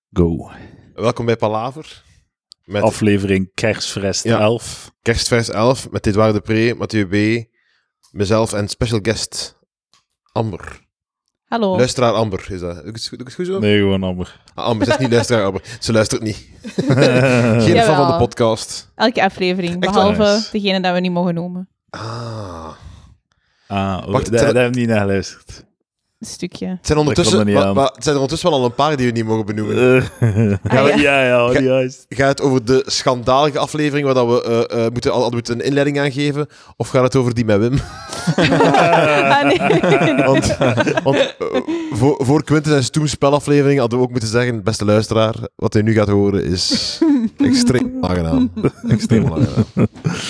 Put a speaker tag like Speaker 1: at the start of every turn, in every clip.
Speaker 1: Go.
Speaker 2: Welkom bij Palaver. Met
Speaker 1: Aflevering Kerstvers 11.
Speaker 2: Kerstvers 11 met Edouard Depree, Mathieu B., mezelf en special guest Amber.
Speaker 3: Hallo.
Speaker 2: Luisteraar Amber, is dat? Doe ik het goed zo?
Speaker 1: Nee, gewoon Amber.
Speaker 2: Amber, ze is niet luisteraar Amber. Ze luistert niet. Geen fan van de podcast.
Speaker 3: Elke aflevering,
Speaker 2: Echt
Speaker 3: behalve
Speaker 1: waar?
Speaker 3: degene dat we niet mogen noemen.
Speaker 2: Wacht,
Speaker 1: daar hebben we niet naar geluisterd.
Speaker 3: Een stukje.
Speaker 2: Het zijn ondertussen,
Speaker 1: Dat komt er niet aan.
Speaker 2: het zijn er ondertussen wel al een paar die we niet mogen benoemen.
Speaker 1: Juist.
Speaker 2: Gaat het over de schandalige aflevering waar dat we moeten een inleiding aan geven? Of gaat het over die met Wim?
Speaker 3: Nee.
Speaker 2: Want voor Quinten en Stoem spelaflevering hadden we ook moeten zeggen, beste luisteraar, wat hij nu gaat horen is extreem aangenaam. Extreem aangenaam.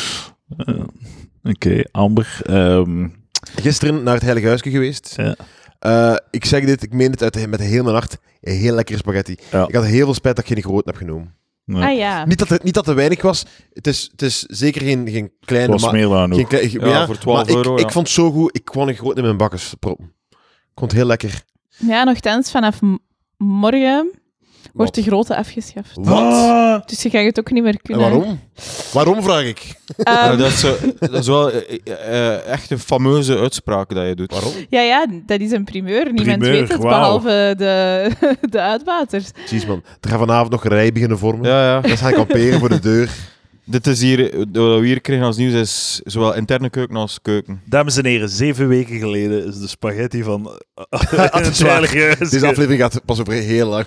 Speaker 1: Oké, Amber.
Speaker 2: Gisteren naar het Heilige Huisje geweest.
Speaker 1: Ja.
Speaker 2: Ik zeg dit, ik meen het met heel mijn hart. Heel lekkere spaghetti.
Speaker 1: Ja.
Speaker 2: Ik had heel veel spijt dat ik geen grote heb genomen.
Speaker 1: Nee.
Speaker 3: Ah ja.
Speaker 2: Niet dat er weinig was. Het is zeker geen kleine...
Speaker 1: Het was meer dan ook.
Speaker 4: Voor 12
Speaker 2: maar
Speaker 4: euro.
Speaker 2: ik vond het zo goed. Ik kon een groot in mijn bakkers proppen. Ik vond het heel lekker.
Speaker 3: Ja, nogthans, vanaf morgen wordt de grote afgeschaft.
Speaker 2: Wat?
Speaker 3: Dus je gaat het ook niet meer
Speaker 2: En
Speaker 3: kunnen.
Speaker 2: waarom? Waarom, vraag ik?
Speaker 4: Dat is wel echt een fameuze uitspraak dat je doet.
Speaker 2: Waarom?
Speaker 3: Ja, dat is een primeur. Niemand
Speaker 1: Primeur,
Speaker 3: weet het,
Speaker 1: wauw.
Speaker 3: behalve de uitbaters.
Speaker 2: Jeez man, er gaat vanavond nog een rij beginnen vormen.
Speaker 4: Ja.
Speaker 2: Dan ga ik kamperen voor de deur.
Speaker 4: Dit is hier, wat we hier kregen als nieuws, is zowel interne keuken als keuken.
Speaker 1: Dames en heren, 7 weken geleden is de spaghetti van
Speaker 2: Het is waar. Deze aflevering gaat pas over heel lang.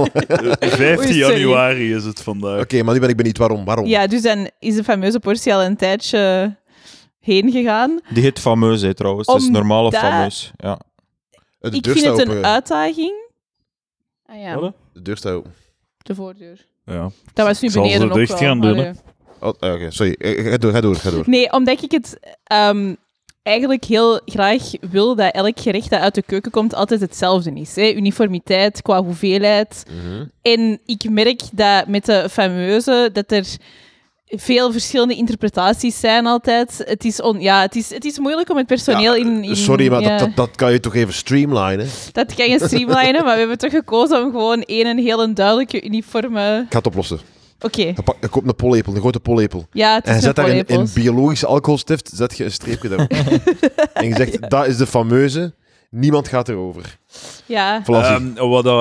Speaker 1: 15
Speaker 3: Oei, sorry.
Speaker 1: januari is het vandaag.
Speaker 2: Oké, maar nu ben ik benieuwd. Waarom?
Speaker 3: Ja, dus dan is de fameuze portie al een tijdje heen gegaan.
Speaker 4: Die heet fameus, hè, trouwens. Het is
Speaker 3: Omdat-
Speaker 4: normale fameus. Ja.
Speaker 2: De
Speaker 3: Ik
Speaker 2: deur
Speaker 3: vind
Speaker 2: staat
Speaker 3: het
Speaker 2: open.
Speaker 3: een uitdaging. Ah ja,
Speaker 1: Wat?
Speaker 2: De deur staat open.
Speaker 3: de voordeur.
Speaker 1: Ja.
Speaker 3: Dat was nu
Speaker 1: Zal ze
Speaker 3: beneden ook
Speaker 1: dicht
Speaker 3: wel.
Speaker 1: gaan doen, hè?
Speaker 3: Allee.
Speaker 2: Oh, Oké, sorry. Ga door.
Speaker 3: Nee, omdat ik het eigenlijk heel graag wil dat elk gerecht dat uit de keuken komt altijd hetzelfde is. Hè? Uniformiteit qua hoeveelheid. En ik merk dat met de fameuze dat er veel verschillende interpretaties zijn altijd. Het is moeilijk om het personeel in
Speaker 2: Sorry, maar
Speaker 3: ja,
Speaker 2: dat kan je toch even streamlinen?
Speaker 3: dat kan je streamlinen, maar we hebben toch gekozen om gewoon één hele duidelijke, uniforme...
Speaker 2: Ik ga het oplossen.
Speaker 3: Oké,
Speaker 2: Je koopt een pollepel, een grote pollepel.
Speaker 3: ja, het
Speaker 2: En je
Speaker 3: is
Speaker 2: zet
Speaker 3: met
Speaker 2: daar in
Speaker 3: pollepels.
Speaker 2: biologische alcoholstift zet je een streepje daarop. En je zegt, dat is de fameuze. Niemand gaat erover.
Speaker 3: Ja,
Speaker 2: Vlassie.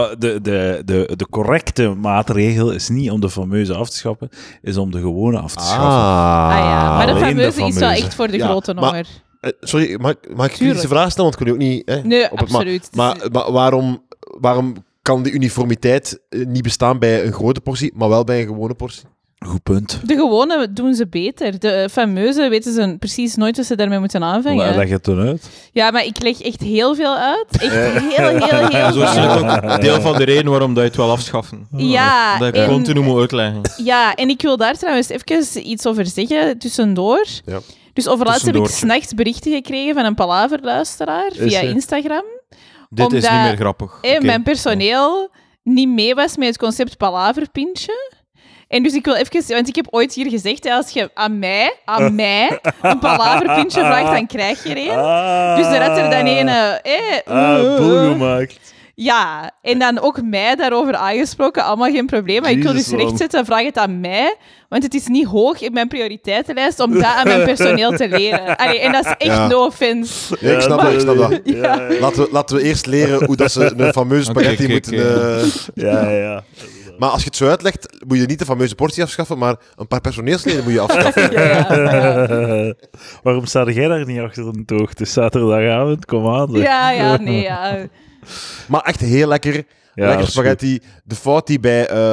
Speaker 1: De correcte maatregel is niet om de fameuze af te schappen, is om de gewone af te schaffen.
Speaker 3: ja. Maar de
Speaker 1: alleen de
Speaker 3: fameuze is wel
Speaker 1: fameuze.
Speaker 3: echt voor de
Speaker 2: Ja,
Speaker 3: grote
Speaker 2: maar-
Speaker 3: nommer.
Speaker 2: Sorry, mag ik
Speaker 3: Tuurlijk.
Speaker 2: kritische vraag stellen? Want ik kon je ook niet... Hè,
Speaker 3: Nee,
Speaker 2: op het
Speaker 3: absoluut.
Speaker 2: Maar waarom kan die uniformiteit niet bestaan bij een grote portie, maar wel bij een gewone portie?
Speaker 1: Goed punt.
Speaker 3: De gewone doen ze beter. De fameuze weten ze precies nooit wat ze daarmee moeten aanvangen.
Speaker 1: Leg het dan uit.
Speaker 3: Ja, maar ik leg echt heel veel uit. Echt heel
Speaker 4: Zo is
Speaker 3: veel.
Speaker 4: het ook deel van de reden waarom dat je het wil afschaffen.
Speaker 3: Ja,
Speaker 4: Dat ik continu moet uitleggen.
Speaker 3: ja, en ik wil daar trouwens even iets over zeggen, tussendoor.
Speaker 2: Ja.
Speaker 3: Dus overlaatst heb ik
Speaker 4: Tussendoortje.
Speaker 3: 's nachts berichten gekregen van een palaverluisteraar via
Speaker 1: er?
Speaker 3: Instagram.
Speaker 4: Dit is
Speaker 3: Omdat-
Speaker 4: niet meer grappig. Oké.
Speaker 3: Mijn personeel niet mee was met het concept palaverpintje. En dus ik wil even... Want ik heb ooit hier gezegd, hè, als je aan mij een palaverpintje vraagt, dan krijg je er een. Dus er had er dan een...
Speaker 1: Boel gemaakt.
Speaker 3: Ja, en dan ook mij daarover aangesproken, allemaal geen probleem. Maar ik wil dus
Speaker 1: Jezus, man.
Speaker 3: rechtzetten, vraag het aan mij. Want het is niet hoog in mijn prioriteitenlijst om dat aan mijn personeel te leren. Allee, en dat is echt
Speaker 2: Ja.
Speaker 3: no offense.
Speaker 2: Ja, ik snap dat.
Speaker 1: Ja.
Speaker 2: Laten we eerst leren hoe dat ze een fameuze spaghetti
Speaker 4: Oké,
Speaker 2: moeten...
Speaker 1: Ja.
Speaker 2: Maar als je het zo uitlegt, moet je niet de fameuze portie afschaffen, maar een paar personeelsleden moet je afschaffen.
Speaker 3: Ja.
Speaker 1: Waarom sta jij daar niet achter een toog? Het is zaterdagavond, kom aan. zeg.
Speaker 3: Ja.
Speaker 2: Maar echt heel lekker.
Speaker 1: Ja,
Speaker 2: Lekker
Speaker 1: dat is
Speaker 2: spaghetti. De fout die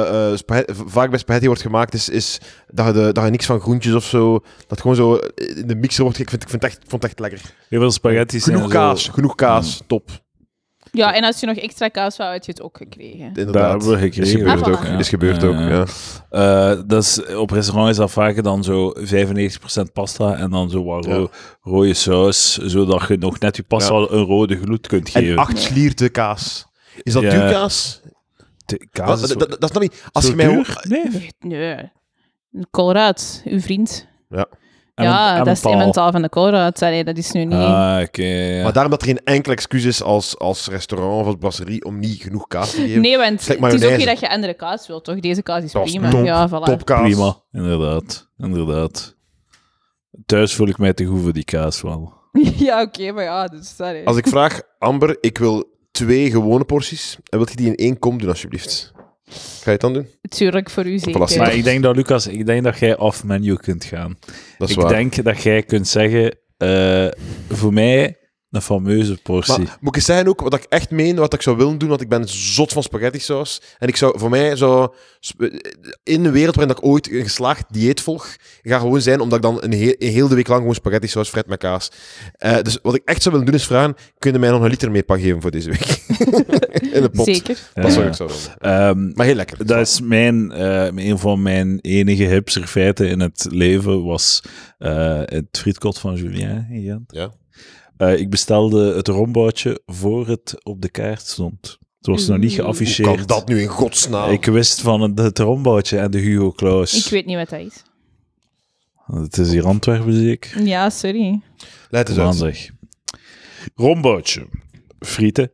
Speaker 2: vaak bij spaghetti wordt gemaakt, is dat je niks van groentjes of zo... Dat gewoon zo in de mixer wordt... Ik vond het echt lekker.
Speaker 1: Heel veel spaghetti zijn
Speaker 2: Genoeg kaas. Top.
Speaker 3: Ja, en als je nog extra kaas wou, had je het ook gekregen.
Speaker 2: Inderdaad.
Speaker 1: Dat hebben we gekregen.
Speaker 2: Is gebeurd
Speaker 3: Ah,
Speaker 2: ook.
Speaker 3: voilà.
Speaker 2: Is gebeurd ook, ja.
Speaker 1: Dat is, op restaurant is dat vaker dan zo 95% pasta en dan zo wat rode saus, zodat je nog net je pasta een rode gloed kunt geven.
Speaker 2: En 8 slierten kaas. Is dat
Speaker 1: Ja.
Speaker 2: duur kaas?
Speaker 1: Kaas is
Speaker 2: Dat is nog niet... Als
Speaker 1: zo
Speaker 2: je mij...
Speaker 1: duur? Nee.
Speaker 3: Nee. Colruyt, uw vriend.
Speaker 2: Ja.
Speaker 3: Ja, dat is het
Speaker 1: Emmental.
Speaker 3: Emmental van de Colruyt. Allee, dat is nu niet...
Speaker 1: Oké, ja.
Speaker 2: Maar daarom dat er geen enkel excuus is als restaurant of als brasserie om niet genoeg kaas te geven.
Speaker 3: Nee, want
Speaker 2: Slecht
Speaker 3: het is ook
Speaker 2: mayonaise.
Speaker 3: niet dat je andere kaas wilt, toch? Deze kaas is
Speaker 2: Dat is
Speaker 3: prima.
Speaker 2: top.
Speaker 3: Ja, voilà.
Speaker 2: Topkaas.
Speaker 1: Prima, inderdaad. Thuis voel ik mij te goed voor die kaas wel.
Speaker 3: Ja, oké, maar ja, dus sorry.
Speaker 2: Als ik vraag, Amber, ik wil 2 gewone porties. En wilt je die in 1 kom doen, alsjeblieft? Ga je het dan doen?
Speaker 3: Tuurlijk, voor u zeker.
Speaker 2: Voilà,
Speaker 1: Maar ik denk dat, Lucas, dat jij off-menu kunt gaan.
Speaker 2: Dat is
Speaker 1: Ik
Speaker 2: waar.
Speaker 1: denk dat jij kunt zeggen, voor mij een fameuze portie.
Speaker 2: Maar moet ik eens zeggen ook, wat ik echt meen, wat ik zou willen doen, want ik ben zot van spaghetti saus. En ik zou, voor mij zou, in de wereld waarin ik ooit een geslaagd dieet volg, ga gewoon zijn omdat ik dan een heel de week lang gewoon spaghetti saus fret met kaas. Dus wat ik echt zou willen doen is vragen, kun je mij nog een liter meepak geven voor deze week? In de pot.
Speaker 3: Zeker.
Speaker 2: Dat zou ik zo doen. Maar heel lekker.
Speaker 1: Dat is een van mijn enige hipster-feiten in het leven, was het frietkot van Julien in Gent.
Speaker 2: Ja.
Speaker 1: Ik bestelde het romboutje voor het op de kaart stond. Het was nog niet
Speaker 2: Hoe
Speaker 1: geafficheerd.
Speaker 2: kan dat nu in godsnaam?
Speaker 1: Ik wist van het romboutje en de Hugo Claus.
Speaker 3: Ik weet niet wat dat is.
Speaker 1: Het is hier Antwerpen, zeker?
Speaker 3: Ja, sorry.
Speaker 2: Leid eens uit.
Speaker 1: Waanzinnig. Romboutje. Frieten.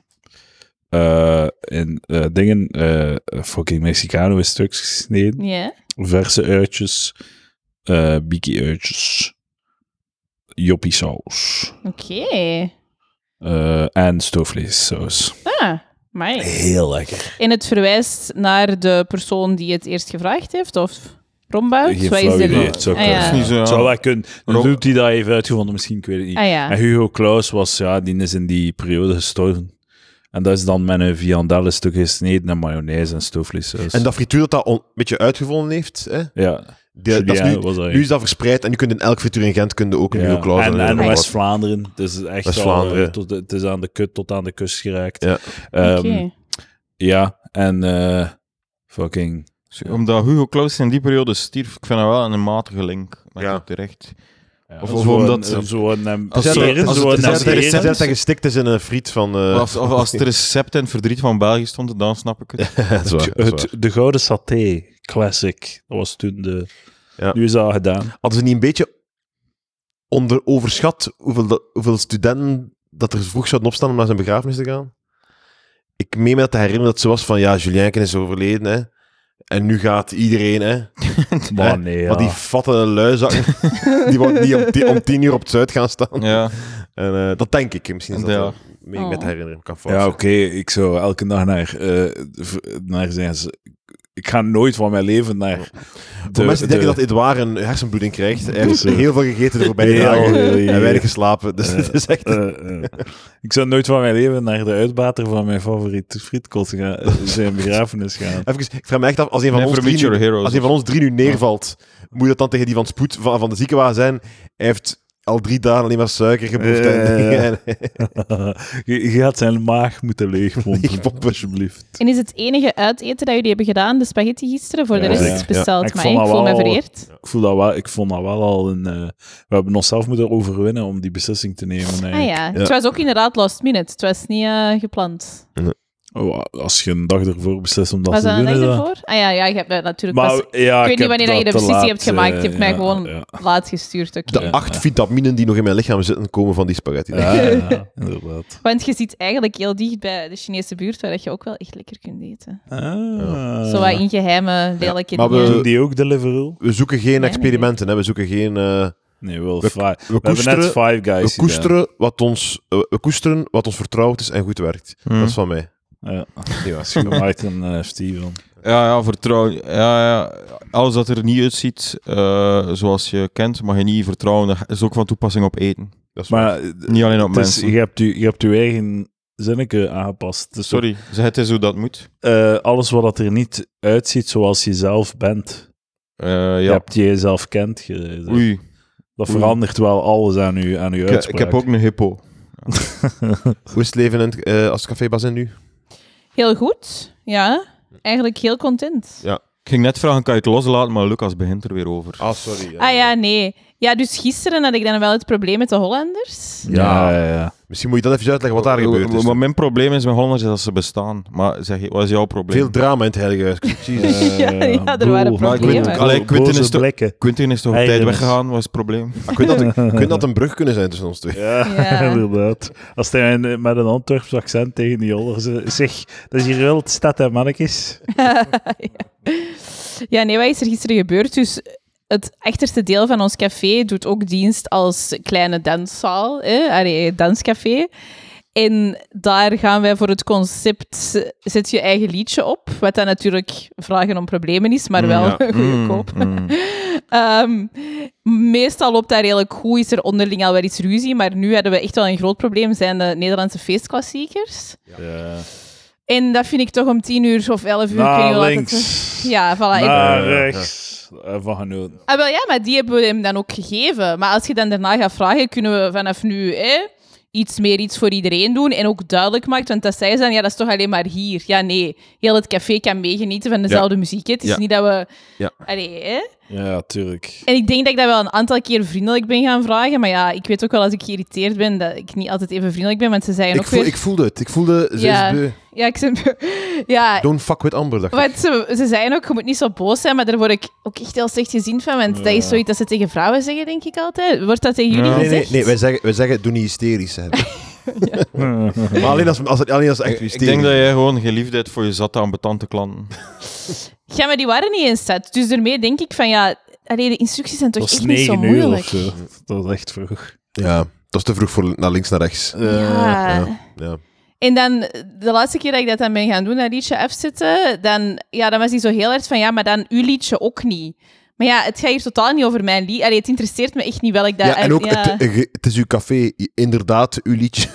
Speaker 1: Dingen. Fucking Mexicano in stukjes gesneden.
Speaker 3: Ja.
Speaker 1: Verse uitjes. Biki-uitjes. Joppie saus.
Speaker 3: Oké.
Speaker 1: En stoofvleessaus.
Speaker 3: Ah, maar.
Speaker 1: Heel lekker.
Speaker 3: En het verwijst naar de persoon die het eerst gevraagd heeft, of Rombout?
Speaker 1: Geen
Speaker 3: Wat is
Speaker 1: flauw
Speaker 3: dit?
Speaker 1: idee. Het zou
Speaker 3: Ah,
Speaker 1: kunnen.
Speaker 3: ja.
Speaker 4: Dat is niet zo,
Speaker 1: Het zou wel kunnen. Dan
Speaker 4: Rob-
Speaker 1: doet hij dat even uitgevonden, misschien, ik weet het niet.
Speaker 3: Ah ja.
Speaker 1: En Hugo Claus die is in die periode gestorven. En dat is dan met een viandelle stuk gesneden en mayonaise en stoofvleessaus.
Speaker 2: En dat frituur dat een beetje uitgevonden heeft, hè?
Speaker 1: Ja.
Speaker 2: Dat is
Speaker 1: Julien was dat,
Speaker 2: nu is dat verspreid en nu kun je in elk frituur in Gent kun je ook een Hugo Claus
Speaker 1: En
Speaker 2: doen.
Speaker 1: West-Vlaanderen. Dus echt
Speaker 2: West-Vlaanderen.
Speaker 1: het is aan de kut tot aan de kust geraakt.
Speaker 2: Ja.
Speaker 3: Oké.
Speaker 1: Ja, en fucking...
Speaker 4: Omdat Hugo Claus in die periode stierf, ik vind dat wel een matige link. Dat
Speaker 2: Ja.
Speaker 4: ja. Terecht.
Speaker 1: Ja,
Speaker 4: Of omdat-
Speaker 1: zo'n
Speaker 4: Als
Speaker 2: Tenzij
Speaker 4: het- als het-
Speaker 2: tenzij dat hij gestikt is in een friet van...
Speaker 4: Of als het recept in het verdriet van België stond, dan snap ik het.
Speaker 2: dat is waar, dat is waar.
Speaker 1: de gouden saté, classic. Dat was toen de...
Speaker 2: Ja.
Speaker 1: Nu is dat gedaan.
Speaker 2: Hadden ze niet een beetje overschat hoeveel studenten dat er vroeg zouden opstaan om naar zijn begrafenis te gaan? Ik meen me dat te herinneren dat ze was van, ja, Julienke is overleden, hè. En nu gaat iedereen, hè.
Speaker 1: Maar nee, ja.
Speaker 2: Maar die vatte luizakken, die wou niet om 10 uur op het Zuid gaan staan.
Speaker 4: Ja.
Speaker 2: En dat denk ik. Misschien is dat
Speaker 4: Ja.
Speaker 2: wel. Meen ik me te herinneren. Kan fout
Speaker 1: Ja,
Speaker 2: zijn.
Speaker 1: oké. Ik zou elke dag naar zijn... Ik ga nooit van mijn leven naar...
Speaker 2: Voor mensen die denken dat Edouard een hersenbloeding krijgt, hij heeft heel veel gegeten de voorbije
Speaker 1: Heel,
Speaker 2: dagen
Speaker 1: heel, heel.
Speaker 2: en weinig geslapen. Dus het is echt...
Speaker 1: Ik zou nooit van mijn leven naar de uitbater van mijn favoriete frietkot gaan, zijn begrafenis gaan.
Speaker 2: Even, ik vraag me echt af, als een van,
Speaker 4: Never
Speaker 2: ons
Speaker 4: meet
Speaker 2: drie,
Speaker 4: your
Speaker 2: nu,
Speaker 4: heroes.
Speaker 2: als een van ons 3 nu neervalt, moet dat dan tegen die van spoed van de ziekenwagen zijn? Hij heeft al 3 dagen alleen maar suiker geproefd. En,
Speaker 1: Je gaat zijn maag moeten leegpompen,
Speaker 2: Leegpompen.
Speaker 1: alsjeblieft.
Speaker 3: En is het enige uiteten dat jullie hebben gedaan, de spaghetti gisteren? Voor de
Speaker 1: Ja,
Speaker 3: rest
Speaker 1: zeker.
Speaker 3: is besteld.
Speaker 1: Ik
Speaker 3: Maar
Speaker 1: vond
Speaker 3: ik
Speaker 1: dat
Speaker 3: voel me
Speaker 1: wel-
Speaker 3: vereerd.
Speaker 1: Ik vond dat wel al een... we hebben onszelf moeten overwinnen om die beslissing te nemen.
Speaker 3: Ah
Speaker 1: eigenlijk.
Speaker 3: ja. Het was ook inderdaad last minute. Het was niet gepland.
Speaker 1: Oh, als je een dag ervoor beslist om dat
Speaker 3: Was
Speaker 1: te
Speaker 3: dat
Speaker 1: doen...
Speaker 3: een dag
Speaker 1: is dat-
Speaker 3: ervoor? Ah ja, je hebt dat natuurlijk pas...
Speaker 1: Maar, ja,
Speaker 3: Ik weet niet
Speaker 1: heb
Speaker 3: wanneer dat je de
Speaker 1: dat te
Speaker 3: beslissing
Speaker 1: laat,
Speaker 3: hebt gemaakt. Je hebt mij
Speaker 1: ja,
Speaker 3: gewoon
Speaker 1: ja.
Speaker 3: laat gestuurd. Oké.
Speaker 2: de 8 vitaminen die nog in mijn lichaam zitten, komen van die spaghetti.
Speaker 1: Ja, ja, inderdaad.
Speaker 3: Want je zit eigenlijk heel dicht bij de Chinese buurt, waar dat je ook wel echt lekker kunt eten. Zo wat in geheime, lelijke
Speaker 2: maar
Speaker 3: dingen.
Speaker 1: Doen die ook Deliveroo?
Speaker 2: We zoeken geen
Speaker 3: Nee,
Speaker 2: experimenten, hè. We zoeken geen...
Speaker 1: Nee, wel
Speaker 2: We-
Speaker 1: Five.
Speaker 2: we
Speaker 1: We hebben net
Speaker 2: koesteren,
Speaker 1: Five Guys
Speaker 2: we koesteren wat ons vertrouwd is en goed werkt.
Speaker 4: Hmm.
Speaker 2: Dat is van mij.
Speaker 1: gedaan. Ja, je maakt een NFT van.
Speaker 4: Ja, vertrouwen. Ja. Alles dat er niet uitziet zoals je kent, mag je niet vertrouwen. Dat is ook van toepassing op eten.
Speaker 2: Dat is waar.
Speaker 1: Maar
Speaker 4: Niet alleen op
Speaker 1: het is,
Speaker 4: mensen.
Speaker 1: je hebt je eigen zinnetje aangepast. Dus
Speaker 4: Sorry, zeg het eens hoe dat moet.
Speaker 1: alles wat dat er niet uitziet zoals je zelf bent. Je
Speaker 4: Ja.
Speaker 1: hebt jezelf kent.
Speaker 4: Oei.
Speaker 1: Dat
Speaker 4: Oei.
Speaker 1: verandert wel alles aan je uitspraak.
Speaker 4: Ik heb ook een hippo.
Speaker 2: Hoe is het leven in als Café Bazin nu?
Speaker 3: Heel goed, ja. Eigenlijk heel content.
Speaker 4: Ik ging net vragen, kan je het loslaten, maar Lucas begint er weer over.
Speaker 2: Ah, sorry.
Speaker 3: Ah ja, nee. Ja, dus gisteren had ik dan wel het probleem met de Hollanders.
Speaker 1: Ja.
Speaker 2: Misschien moet je dat even uitleggen wat daar gebeurd is.
Speaker 4: Maar mijn probleem is met Hollanders is dat ze bestaan. Maar zeg, wat is jouw probleem?
Speaker 2: Veel drama in het Heilige Huis. Precies.
Speaker 3: Ja, er waren problemen.
Speaker 4: Allee, Quentin
Speaker 1: Quentin
Speaker 4: is toch op tijd weggegaan, wat is het probleem?
Speaker 2: Ik vind dat een brug kunnen zijn tussen ons twee.
Speaker 1: Ja, inderdaad. Als hij met een Antwerps accent tegen die Hollers zegt, dat is hier wel het stad, hè, mannetjes.
Speaker 3: Ja, nee, wat is er gisteren gebeurd? Dus het achterste deel van ons café doet ook dienst als kleine danszaal, danscafé. En daar gaan wij voor het concept zet je eigen liedje op, wat dan natuurlijk vragen om problemen is, maar wel goedkoop. Meestal loopt dat redelijk goed, is er onderling al wel eens ruzie, maar nu hadden we echt wel een groot probleem, zijn de Nederlandse feestklassiekers.
Speaker 1: Ja.
Speaker 3: En dat vind ik toch om 10 uur of 11 uur... ik weet niet
Speaker 1: Naar
Speaker 3: hoe laat
Speaker 1: links.
Speaker 3: het... Ja, voilà.
Speaker 1: Naar rechts. Van genoten.
Speaker 3: Wel ja, maar die hebben we hem dan ook gegeven. Maar als je dan daarna gaat vragen, kunnen we vanaf nu iets voor iedereen doen en ook duidelijk maakt, want dat zei ze dan, ja, dat is toch alleen maar hier. Ja, nee, heel het café kan meegenieten van dezelfde muziek. Hè. Het is niet dat we...
Speaker 2: Ja.
Speaker 3: Allee, hè?
Speaker 1: Ja, tuurlijk.
Speaker 3: En ik denk dat ik dat wel een aantal keer vriendelijk ben gaan vragen, maar ja, ik weet ook wel als ik geïrriteerd ben, dat ik niet altijd even vriendelijk ben, want ze zeiden ook weer...
Speaker 2: Ik voelde het. Ik voelde...
Speaker 3: Ja. Ja, ik zei... Ja,
Speaker 2: Don't fuck with Amber, dacht ik.
Speaker 3: want ze zeiden ook, je moet niet zo boos zijn, maar daar word ik ook echt heel slecht gezien van, want dat is zoiets dat ze tegen vrouwen zeggen, denk ik altijd. Wordt dat tegen jullie gezegd?
Speaker 2: Nee, wij zeggen doe niet hysterisch zijn. Maar alleen als het echt hysterisch
Speaker 4: Ik denk dat jij gewoon geliefd hebt voor je zatte ambetante klanten.
Speaker 3: Ja, maar die waren niet eens zat. Dus daarmee denk ik van, ja, de instructies zijn toch
Speaker 1: Dat was
Speaker 3: echt niet zo
Speaker 1: 9 uur
Speaker 3: moeilijk.
Speaker 1: of zo. Dat was echt vroeg.
Speaker 2: Ja, dat is te vroeg voor naar links, naar rechts.
Speaker 3: Ja.
Speaker 2: Ja.
Speaker 3: En dan, de laatste keer dat ik dat dan ben gaan doen, dat liedje afzetten, dan was hij zo heel hard van, ja, maar dan uw liedje ook niet. Maar ja, het gaat hier totaal niet over mijn lied. Het interesseert me echt niet welk dat...
Speaker 2: Ja, en ook, het is uw café, inderdaad, uw liedje.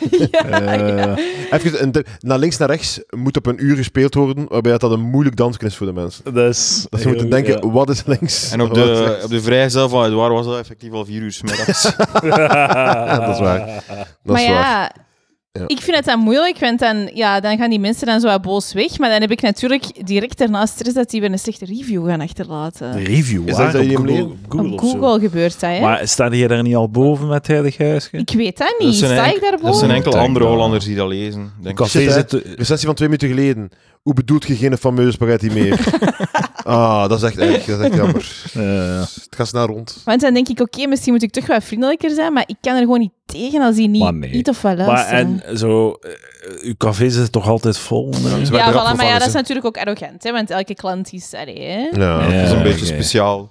Speaker 3: Ja.
Speaker 2: Even, naar links, naar rechts moet op een uur gespeeld worden, waarbij dat een moeilijk dansje is voor de mensen.
Speaker 1: Dat is
Speaker 2: Dat ze moeten denken, wat is links?
Speaker 4: En op de vrijgezel van Edouard was dat effectief al 4 uur 's middags.
Speaker 2: Ja, dat is waar. Dat
Speaker 3: Maar
Speaker 2: is waar.
Speaker 3: ja, ik vind het dan moeilijk, want dan gaan die mensen dan zo wat boos weg. Maar dan heb ik natuurlijk direct daarna stress dat die weer een slechte review gaan achterlaten.
Speaker 1: de review.
Speaker 2: Is
Speaker 1: waar?
Speaker 2: dat
Speaker 1: Op
Speaker 2: je hem
Speaker 1: Google,
Speaker 2: leert?
Speaker 1: Google
Speaker 3: Op
Speaker 1: of zo.
Speaker 3: Google gebeurt dat, hè?
Speaker 1: Maar sta je daar niet al boven met het Heilige Huis?
Speaker 3: Ik weet dat niet. Sta ik daarboven?
Speaker 4: Er zijn enkel
Speaker 1: Denk
Speaker 4: andere
Speaker 1: dat.
Speaker 4: Hollanders die dat lezen. Denk
Speaker 1: Café
Speaker 2: Shit, hè?
Speaker 1: zit...
Speaker 2: Recensie van 2 minuten geleden. Hoe bedoelt je geen fameuze spaghetti meer? Dat is echt erg. Dat is echt jammer. Het gaat snel rond.
Speaker 3: Want dan denk ik, oké, misschien moet ik toch wat vriendelijker zijn, maar ik kan er gewoon niet tegen als die
Speaker 1: Maar
Speaker 3: niet,
Speaker 1: nee.
Speaker 3: niet of wat
Speaker 1: Maar
Speaker 3: luisteren.
Speaker 1: en zo... uw café zit toch altijd vol?
Speaker 2: Ze
Speaker 3: Ja,
Speaker 2: werden
Speaker 3: voilà,
Speaker 2: eraf
Speaker 3: maar ja,
Speaker 2: vervangen,
Speaker 3: dat is
Speaker 2: hè.
Speaker 3: natuurlijk ook arrogant, hè, want elke klant is... Allee, hè.
Speaker 2: Ja.
Speaker 4: dat is een beetje
Speaker 1: oké.
Speaker 4: speciaal.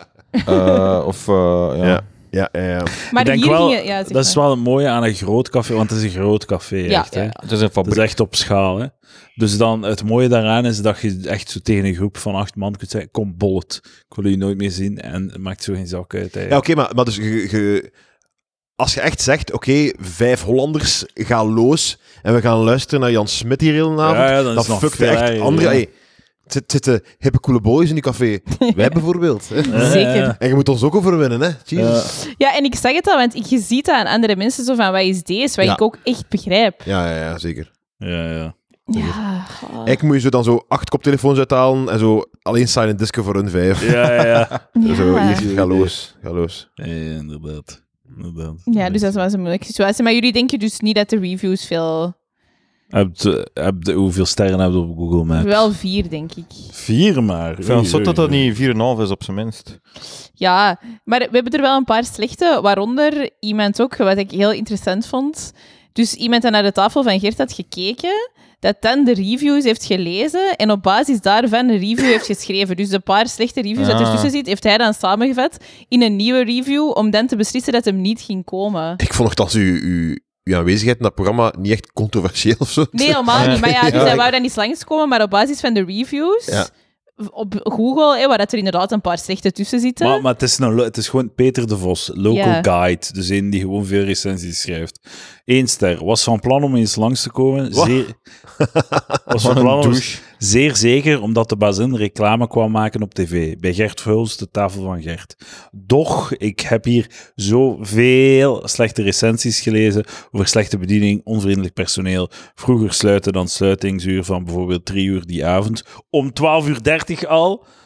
Speaker 4: Ja.
Speaker 2: Ja.
Speaker 3: Maar
Speaker 1: Ik denk
Speaker 3: hier
Speaker 1: wel,
Speaker 3: ging zeg
Speaker 1: dat is
Speaker 3: maar.
Speaker 1: wel het mooie aan een groot café, want het is een groot café,
Speaker 3: Ja,
Speaker 1: echt, hè.
Speaker 3: ja.
Speaker 4: Het is een
Speaker 1: Het
Speaker 4: fabriek.
Speaker 1: is echt op schaal, hè. Dus dan, het mooie daaraan is dat je echt zo tegen een groep van 8 man kunt zeggen, kom, bollet. Ik wil jullie nooit meer zien. En het maakt zo geen zak uit,
Speaker 2: Ja,
Speaker 1: eigenlijk.
Speaker 2: oké, maar dus als je echt zegt, oké, 5 Hollanders, ga los en we gaan luisteren naar Jan Smit hier heel de avond,
Speaker 1: Ja, dan is het nog
Speaker 2: fuckt
Speaker 1: veel
Speaker 2: echt
Speaker 1: erger,
Speaker 2: andere...
Speaker 1: ja.
Speaker 2: Hey, het zitten hippe coole boys in die café. Wij bijvoorbeeld. Hè.
Speaker 3: Zeker.
Speaker 2: En je moet ons ook overwinnen, hè. Jesus.
Speaker 3: Ja, en ik zeg het al, want je ziet dat aan andere mensen zo van, wat is deze? Wat
Speaker 2: Ja.
Speaker 3: ik ook echt begrijp.
Speaker 2: Ja, zeker.
Speaker 1: Ja.
Speaker 3: Ja.
Speaker 2: Eigenlijk moet je zo dan zo 8 koptelefoons uithalen en zo alleen silent disco voor hun 5.
Speaker 1: Ja.
Speaker 2: Zo,
Speaker 3: Ja.
Speaker 2: hier, ga los.
Speaker 1: Ja, inderdaad.
Speaker 3: Ja, dus dat was een moeilijke situatie. Maar jullie denken dus niet dat de reviews veel...
Speaker 1: Hoeveel sterren heb je op Google Maps?
Speaker 3: Wel 4, denk ik.
Speaker 1: 4 maar.
Speaker 4: Ik vind het zot dat dat niet 4,5 is op zijn minst.
Speaker 3: Ja, maar we hebben er wel een paar slechte, waaronder iemand ook, wat ik heel interessant vond. Dus iemand dat naar de tafel van Gert had gekeken, dat dan de reviews heeft gelezen en op basis daarvan een review heeft geschreven. Dus de paar slechte reviews dat ertussen zit, heeft hij dan samengevat in een nieuwe review om dan te beslissen dat hem niet ging komen.
Speaker 2: Ik vond nogthans uw aanwezigheid in dat programma niet echt controversieel of zo.
Speaker 3: Nee, helemaal niet. Maar ja, dus
Speaker 2: Ja,
Speaker 3: hij
Speaker 2: ik-
Speaker 3: wou dan niet langskomen, maar op basis van de reviews
Speaker 2: Ja.
Speaker 3: op Google, waar dat er inderdaad een paar slechte tussen zitten.
Speaker 1: Maar het is gewoon Peter de Vos, local
Speaker 3: Ja.
Speaker 1: guide. Dus een die gewoon veel recensies schrijft. 1 ster. Was van plan om eens langs te komen.
Speaker 2: Wat?
Speaker 1: Was
Speaker 4: Wat
Speaker 1: van
Speaker 4: een
Speaker 1: plan om
Speaker 4: douche.
Speaker 1: zeer zeker, omdat de bazin reclame kwam maken op tv. Bij Gert Verhulst, de tafel van Gert. Doch, ik heb hier zoveel slechte recensies gelezen over slechte bediening, onvriendelijk personeel. Vroeger sluiten dan sluitingsuur van bijvoorbeeld 3 uur die avond. Om 12:30 al.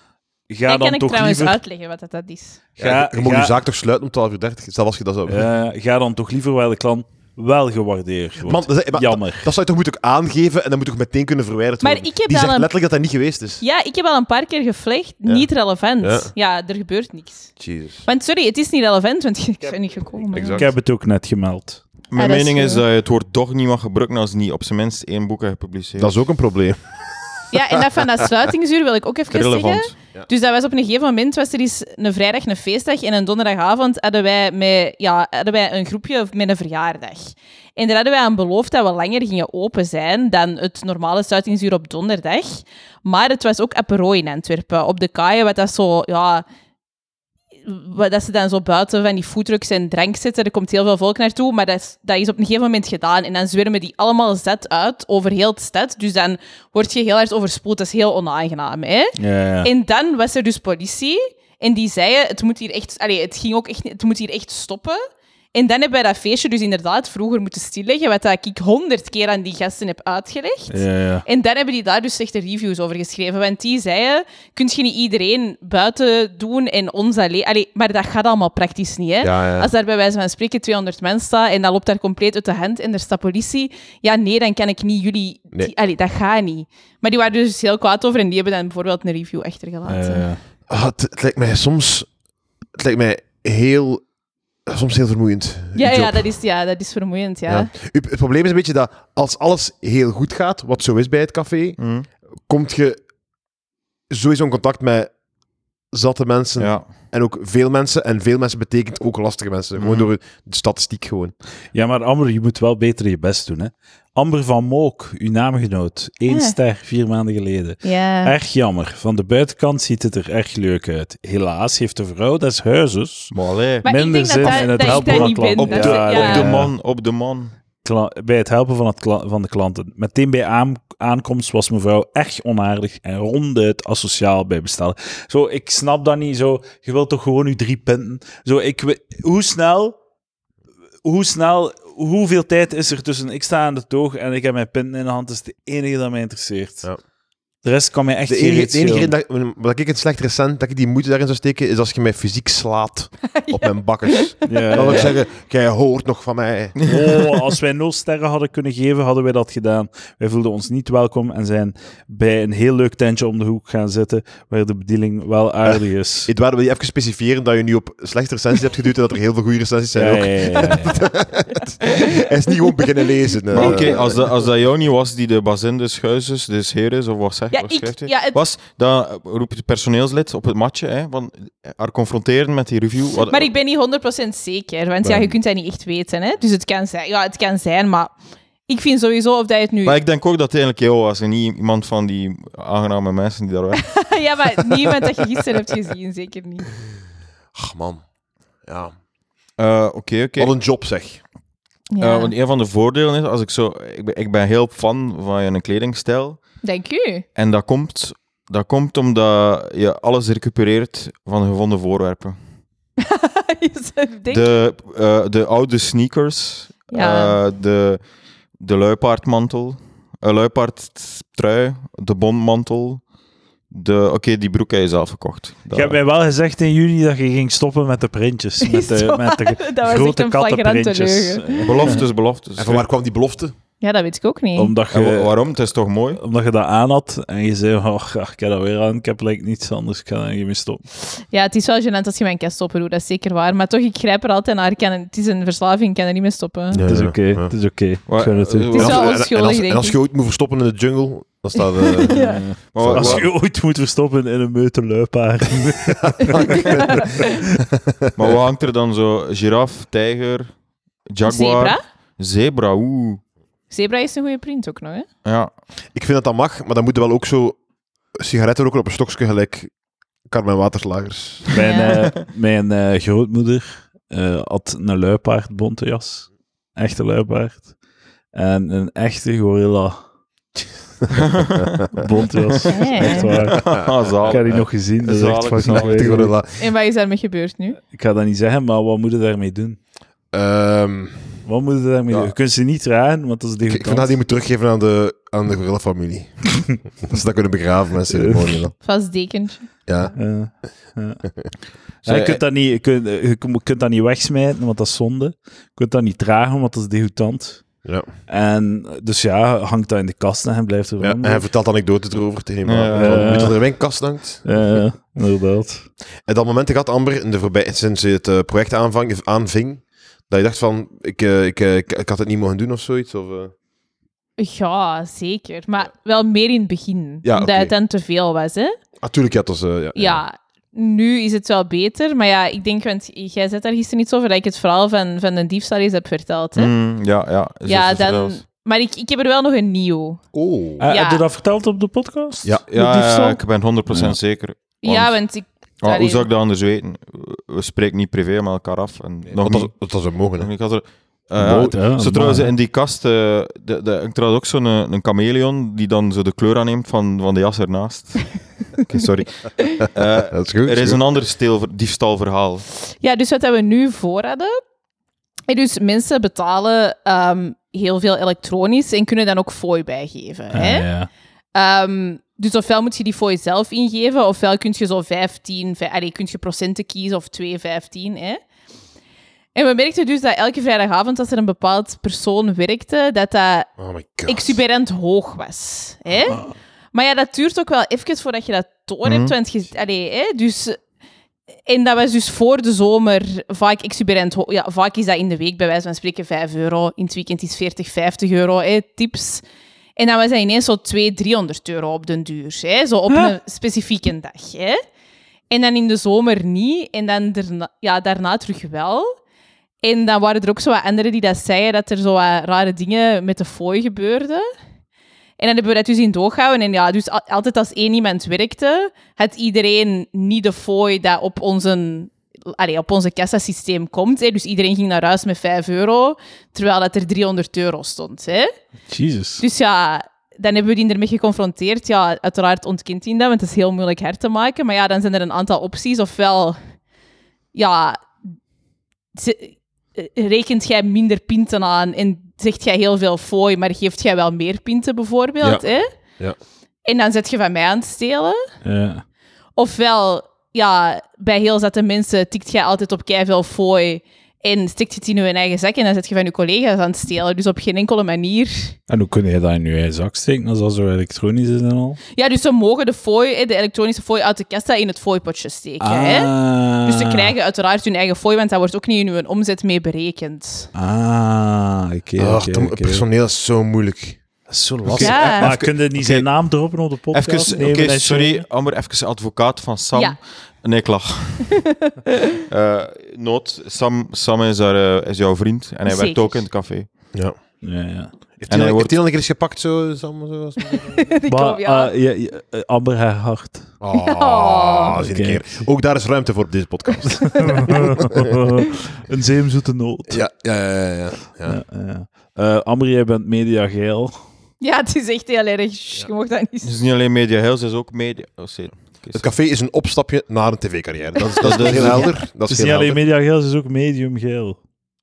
Speaker 1: ga
Speaker 3: Dan
Speaker 1: dan
Speaker 3: kan ik
Speaker 1: toch
Speaker 3: trouwens
Speaker 1: liever...
Speaker 3: uitleggen wat dat is.
Speaker 2: Ja, je mag je zaak toch sluiten om 12:30, zelfs als je dat zou willen.
Speaker 1: Ga dan toch liever waar de klant wel gewaardeerd wordt.
Speaker 2: Man, maar
Speaker 1: Jammer.
Speaker 2: Dat zou je toch moeten aangeven en dan moet toch meteen kunnen verwijderd
Speaker 3: Maar
Speaker 2: worden.
Speaker 3: ik heb
Speaker 2: Die
Speaker 3: dan
Speaker 2: zegt
Speaker 3: een-
Speaker 2: letterlijk dat dat niet geweest is.
Speaker 3: Ja, ik heb al een paar keer geflegd. Niet relevant.
Speaker 2: Ja.
Speaker 3: Ja, er gebeurt niks.
Speaker 2: Jezus.
Speaker 3: Want sorry, het is niet relevant, want ik ben niet gekomen.
Speaker 2: Exact.
Speaker 1: Ik heb het ook net gemeld.
Speaker 4: Mijn
Speaker 3: dat is
Speaker 4: mening is
Speaker 3: goed.
Speaker 4: dat je het woord toch niet mag gebruiken als niet op zijn minst 1 boek hebt gepubliceerd.
Speaker 2: Dat is ook een probleem.
Speaker 3: Ja, en dat van dat sluitingsuur wil ik ook even zeggen.
Speaker 4: relevant.
Speaker 3: Dus dat was op een gegeven moment, was er eens een vrijdag een feestdag en een donderdagavond hadden wij een groepje met een verjaardag. En daar hadden wij aan beloofd dat we langer gingen open zijn dan het normale sluitingsuur op donderdag. Maar het was ook apero in Antwerpen, op de kaaien, wat dat zo, ja... Dat ze dan zo buiten van die foodtrucks en drank zitten, er komt heel veel volk naartoe, maar dat is op een gegeven moment gedaan. En dan zwermen die allemaal zet uit over heel de stad. Dus dan word je heel hard overspoeld. Dat is heel onaangenaam, hè?
Speaker 1: Ja.
Speaker 3: En dan was er dus politie en die zeiden, het moet hier echt stoppen. En dan hebben wij dat feestje dus inderdaad vroeger moeten stilleggen, wat dat ik 100 keer aan die gasten heb uitgelegd.
Speaker 1: Ja.
Speaker 3: En dan hebben die daar dus slechte reviews over geschreven. Want die zeiden, kun je niet iedereen buiten doen en ons alleen... Allee, maar dat gaat allemaal praktisch niet, hè.
Speaker 2: Ja.
Speaker 3: Als daar bij wijze van spreken 200 mensen staan en dat loopt daar compleet uit de hand en er staat politie, ja, nee, dan kan ik niet jullie...
Speaker 2: Nee.
Speaker 3: Allee, dat gaat niet. Maar die waren dus heel kwaad over en die hebben dan bijvoorbeeld een review achtergelaten.
Speaker 2: Het lijkt mij soms... Het lijkt mij soms heel vermoeiend.
Speaker 3: Ja,
Speaker 2: uw job.
Speaker 3: dat is vermoeiend, ja.
Speaker 2: Ja. Het probleem is een beetje dat als alles heel goed gaat, wat zo is bij het café,
Speaker 4: Mhm.
Speaker 2: komt je sowieso in contact met zatte mensen
Speaker 4: Ja.
Speaker 2: en ook veel mensen. En veel mensen betekent ook lastige mensen. Gewoon door de statistiek gewoon.
Speaker 1: Ja, maar Amber, je moet wel beter je best doen, hè. Amber van Mook, uw naamgenoot. 1
Speaker 3: Ja.
Speaker 1: ster, 4 maanden geleden.
Speaker 3: Ja.
Speaker 1: Erg jammer. Van de buitenkant ziet het er erg leuk uit. Helaas heeft de vrouw des huizes
Speaker 4: Maar allee,
Speaker 3: Maar ik
Speaker 1: minder
Speaker 3: denk
Speaker 1: zin
Speaker 3: dat
Speaker 1: in het
Speaker 3: dat ik
Speaker 1: helpen
Speaker 3: daar
Speaker 1: van
Speaker 3: niet
Speaker 1: klanten.
Speaker 3: ben.
Speaker 4: op,
Speaker 3: Dat
Speaker 4: de,
Speaker 3: is-
Speaker 1: Ja,
Speaker 4: op de
Speaker 1: ja.
Speaker 4: man, op de man.
Speaker 1: Bij het helpen van de klanten. Meteen bij aankomst was mevrouw erg onaardig en ronduit asociaal bij bestellen. Zo, ik snap dat niet. Zo, je wilt toch gewoon je 3 punten. Zo, hoeveel tijd is er tussen ik sta aan de toog en ik heb mijn punten in de hand? Dat is het enige dat mij interesseert.
Speaker 2: Ja.
Speaker 1: De rest kan mij echt
Speaker 2: De
Speaker 1: geen
Speaker 2: enige
Speaker 1: reet schelen.
Speaker 2: reden dat ik het slecht recent, dat ik die moeite daarin zou steken, is als je mij fysiek slaat op mijn bakkes.
Speaker 1: Ja,
Speaker 2: Dan wil ik
Speaker 1: ja.
Speaker 2: zeggen, jij hoort nog van mij.
Speaker 1: Oh, als wij 0 sterren hadden kunnen geven, hadden wij dat gedaan. Wij voelden ons niet welkom en zijn bij een heel leuk tentje om de hoek gaan zitten, waar de bediening wel aardig is.
Speaker 2: Edouard, wil je even specifieren dat je nu op slechte recensies hebt geduwd en dat er heel veel goede recensies zijn ook?
Speaker 1: Ja.
Speaker 2: Hij is niet gewoon beginnen lezen.
Speaker 4: Maar oké, als dat jou niet was die de bazin des huizes, des heres, of wat
Speaker 3: Ja,
Speaker 4: wat schrijft hij?
Speaker 3: ja, het-
Speaker 4: Was, dan roept het personeelslid op het matje, hè, van haar confronteren met die review.
Speaker 3: Maar ik ben niet 100% zeker, want ja, je kunt dat niet echt weten. Hè? Dus het kan zijn, maar ik vind sowieso of dat je het nu...
Speaker 4: Maar ik denk ook dat het eigenlijk jou was en niet iemand van die aangename mensen die daar waren.
Speaker 3: Ja, maar niemand dat je gisteren hebt gezien, zeker niet.
Speaker 2: Ach man. Ja.
Speaker 4: Oké.
Speaker 2: Wat een job zeg.
Speaker 3: Ja.
Speaker 4: Want een van de voordelen is, als ik ben heel fan van je kledingstijl.
Speaker 3: Dank u.
Speaker 4: En dat komt omdat je alles recupereert van gevonden voorwerpen.
Speaker 3: Denk-
Speaker 4: De oude sneakers,
Speaker 3: Ja.
Speaker 4: de luipaardmantel, luipaardtrui, de bondmantel. Oké, die broek heb je zelf gekocht.
Speaker 1: Je hebt mij wel gezegd in juni dat je ging stoppen met de printjes. Met de
Speaker 3: Dat was echt
Speaker 1: grote
Speaker 3: een flagrante
Speaker 1: kattenprintjes.
Speaker 3: leugen.
Speaker 4: Beloftes.
Speaker 2: En van waar kwam die belofte?
Speaker 3: Ja, dat weet ik ook niet.
Speaker 1: Omdat
Speaker 4: En
Speaker 1: je,
Speaker 4: waarom? Het is toch mooi?
Speaker 1: omdat je dat aan had en je zei, oh, ik heb dat weer aan, ik heb lijkt niets anders, ik kan er niet mee stoppen.
Speaker 3: Ja, het is wel gênant als je mijn kast open doet, dat is zeker waar. Maar toch, ik grijp er altijd naar. Het is een verslaving, ik kan er niet mee stoppen.
Speaker 1: Het is oké, het is oké. Ik
Speaker 4: Waar-
Speaker 1: gun het u.
Speaker 4: Het
Speaker 3: is wel
Speaker 2: en
Speaker 3: onschuldig,
Speaker 2: als,
Speaker 3: denk
Speaker 2: en als
Speaker 3: ik.
Speaker 2: je ooit moet verstoppen in de jungle, dan staat...
Speaker 3: Ja.
Speaker 4: Maar
Speaker 1: Als je ooit moet verstoppen in een meute luipaard.
Speaker 4: Maar wat hangt er dan zo? Giraf, tijger, jaguar,
Speaker 3: Zebra?
Speaker 4: zebra, oeh.
Speaker 3: Zebra is een goede print ook nog, hè?
Speaker 4: Ja.
Speaker 2: Ik vind dat dat mag, maar dan moeten wel ook zo sigaretten roken op een stokje gelijk Carmen Waterslagers.
Speaker 1: Mijn grootmoeder had een luipaard bonte jas. Echte luipaard. En een echte gorilla bonte jas. Echt waar.
Speaker 4: Zalig.
Speaker 1: Ik heb die nog gezien. Dat is echt
Speaker 4: Zalig,
Speaker 1: fucking
Speaker 4: zalig.
Speaker 2: De
Speaker 1: crazy.
Speaker 2: gorilla.
Speaker 3: En wat is daarmee gebeurd nu?
Speaker 1: Ik ga dat niet zeggen, maar wat moet je daarmee doen? Wat moet je daarmee
Speaker 2: Ja.
Speaker 1: doen? Je kunt ze niet dragen, want dat is
Speaker 2: Ik vind dat
Speaker 1: degoutant.
Speaker 2: die moet teruggeven aan de gorilla-familie. Dat ze dat kunnen begraven met ceremonie. Dan.
Speaker 3: Vast dekentje.
Speaker 2: Ja.
Speaker 1: Ja, je kunt dat niet wegsmijten, want dat is zonde. Je kunt dat niet dragen, want dat is degoutant.
Speaker 2: Ja.
Speaker 1: En dus ja, hangt dat in de kast en blijft er
Speaker 2: Ja, en hij vertelt anekdotes erover tegen hem.
Speaker 4: Ja.
Speaker 2: Weet je dat er in mijn kast hangt?
Speaker 1: Ja, inderdaad.
Speaker 2: En dat moment gehad, Amber, sinds je het project aanving, dat je dacht van, ik had het niet mogen doen of zoiets? Of,
Speaker 3: Ja, zeker. Maar wel meer in het begin.
Speaker 2: Ja,
Speaker 3: omdat
Speaker 2: oké.
Speaker 3: het dan te veel was, hè?
Speaker 2: Natuurlijk, ja, het was...
Speaker 3: Ja, nu is het wel beter. Maar ja, ik denk, want jij zei daar gisteren iets over, dat ik het verhaal van de diefstal eens heb verteld, hè?
Speaker 4: Ja.
Speaker 3: Ja, dan... Maar ik heb er wel nog een nieuw.
Speaker 2: Oh.
Speaker 3: Ja.
Speaker 1: Heb je dat verteld op de podcast?
Speaker 2: Ja.
Speaker 1: De diefstal?
Speaker 4: Ik ben 100% zeker.
Speaker 3: Ja, want ik...
Speaker 4: Hoe zou ik dat anders weten? We spreken niet privé met elkaar af. En nog niet.
Speaker 2: Dat was een mogen, hè.
Speaker 4: Ik had er...
Speaker 1: Ja,
Speaker 4: zo trouwens,
Speaker 1: maar-
Speaker 4: in die kast, ik trouwens ook zo'n een chameleon die dan zo de kleur aanneemt van de jas ernaast. Oké, sorry.
Speaker 2: Dat is goed.
Speaker 4: Er is een ander diefstalverhaal.
Speaker 3: Ja, dus wat dat we nu voor hadden... En dus mensen betalen heel veel elektronisch en kunnen dan ook fooi bijgeven. Hè?
Speaker 1: Ja.
Speaker 3: Dus ofwel moet je die fooi zelf ingeven, ofwel kun je zo 15, kun je procenten kiezen of 2,15. Hè? En we merkten dus dat elke vrijdagavond, als er een bepaald persoon werkte, dat
Speaker 2: Oh my god.
Speaker 3: exuberant hoog was. Hè? Maar ja, dat duurt ook wel even voordat je dat doorhebt. Want dus... En dat was dus voor de zomer vaak exuberant hoog. Ja, vaak is dat in de week, bij wijze van spreken, €5. In het weekend is €40, €50, tips. En dan was dat ineens zo €200-300 op den duur. Hè? Zo op een specifieke dag. Hè? En dan in de zomer niet. En dan daarna terug wel. En dan waren er ook zo wat anderen die dat zeiden, dat er zo wat rare dingen met de fooi gebeurden. En dan hebben we dat dus in doorgehouden. En ja, dus altijd als één iemand werkte, had iedereen niet de fooi dat op onze kassasysteem komt. Hè. Dus iedereen ging naar huis met €5, terwijl dat er €300 stond. Hè.
Speaker 1: Jesus.
Speaker 3: Dus ja, dan hebben we die ermee geconfronteerd. Ja, uiteraard ontkent hij dat, want het is heel moeilijk her te maken. Maar ja, dan zijn er een aantal opties. Ofwel, ja, rekent jij minder pinten aan en zegt jij heel veel fooi, maar geeft jij wel meer pinten bijvoorbeeld.
Speaker 2: Ja.
Speaker 3: Hè?
Speaker 2: Ja.
Speaker 3: En dan zet je van mij aan het stelen.
Speaker 1: Ja.
Speaker 3: Ofwel, ja, bij heel zatte mensen tikt jij altijd op keiveel fooi en stikt je het in je eigen zak en dan zet je van je collega's aan het stelen. Dus op geen enkele manier...
Speaker 1: En hoe kun je dat in je eigen zak steken als dat zo elektronisch is en al?
Speaker 3: Ja, dus ze mogen de fooi, de elektronische fooi uit de kassa in het fooipotje steken. Hè? Dus ze krijgen uiteraard hun eigen fooi, want dat wordt ook niet in hun omzet mee berekend.
Speaker 1: Oké.
Speaker 2: Personeel is zo moeilijk.
Speaker 1: Dat is zo lastig.
Speaker 3: Ja.
Speaker 1: Maar kun je niet zijn naam droppen op de podcast?
Speaker 4: Even,
Speaker 1: Nee,
Speaker 4: oké,
Speaker 1: dat is-
Speaker 4: sorry, Amber, even advocaat van Sam.
Speaker 3: Ja.
Speaker 4: Nee, ik lach. Nood, Sam is jouw vriend en hij werkt
Speaker 3: Zeker.
Speaker 4: ook in het café.
Speaker 2: Ja.
Speaker 1: Ja.
Speaker 2: Heeft
Speaker 4: hij
Speaker 2: hij
Speaker 4: wordt-
Speaker 2: al een keer eens gepakt, zo? Sam, zo
Speaker 3: Die
Speaker 1: Maar,
Speaker 3: kom, ja.
Speaker 1: Amber haar hart.
Speaker 2: Oh, zie een
Speaker 1: Oké.
Speaker 2: keer. Ook daar is ruimte voor op deze podcast.
Speaker 1: Een zeemzoete noot.
Speaker 2: Ja.
Speaker 1: Amber, jij bent mediageil.
Speaker 3: Ja, het is echt heel erg. Je mag dat niet
Speaker 4: Het is niet alleen Media Hills, het is ook Media... Oh, sorry. Oké,
Speaker 2: Het café is een opstapje naar een tv-carrière. Dat is heel helder. Dat
Speaker 1: Het
Speaker 2: is
Speaker 1: is
Speaker 2: heel
Speaker 1: niet alleen
Speaker 2: helder.
Speaker 1: mediageil, het is ook mediumgeil.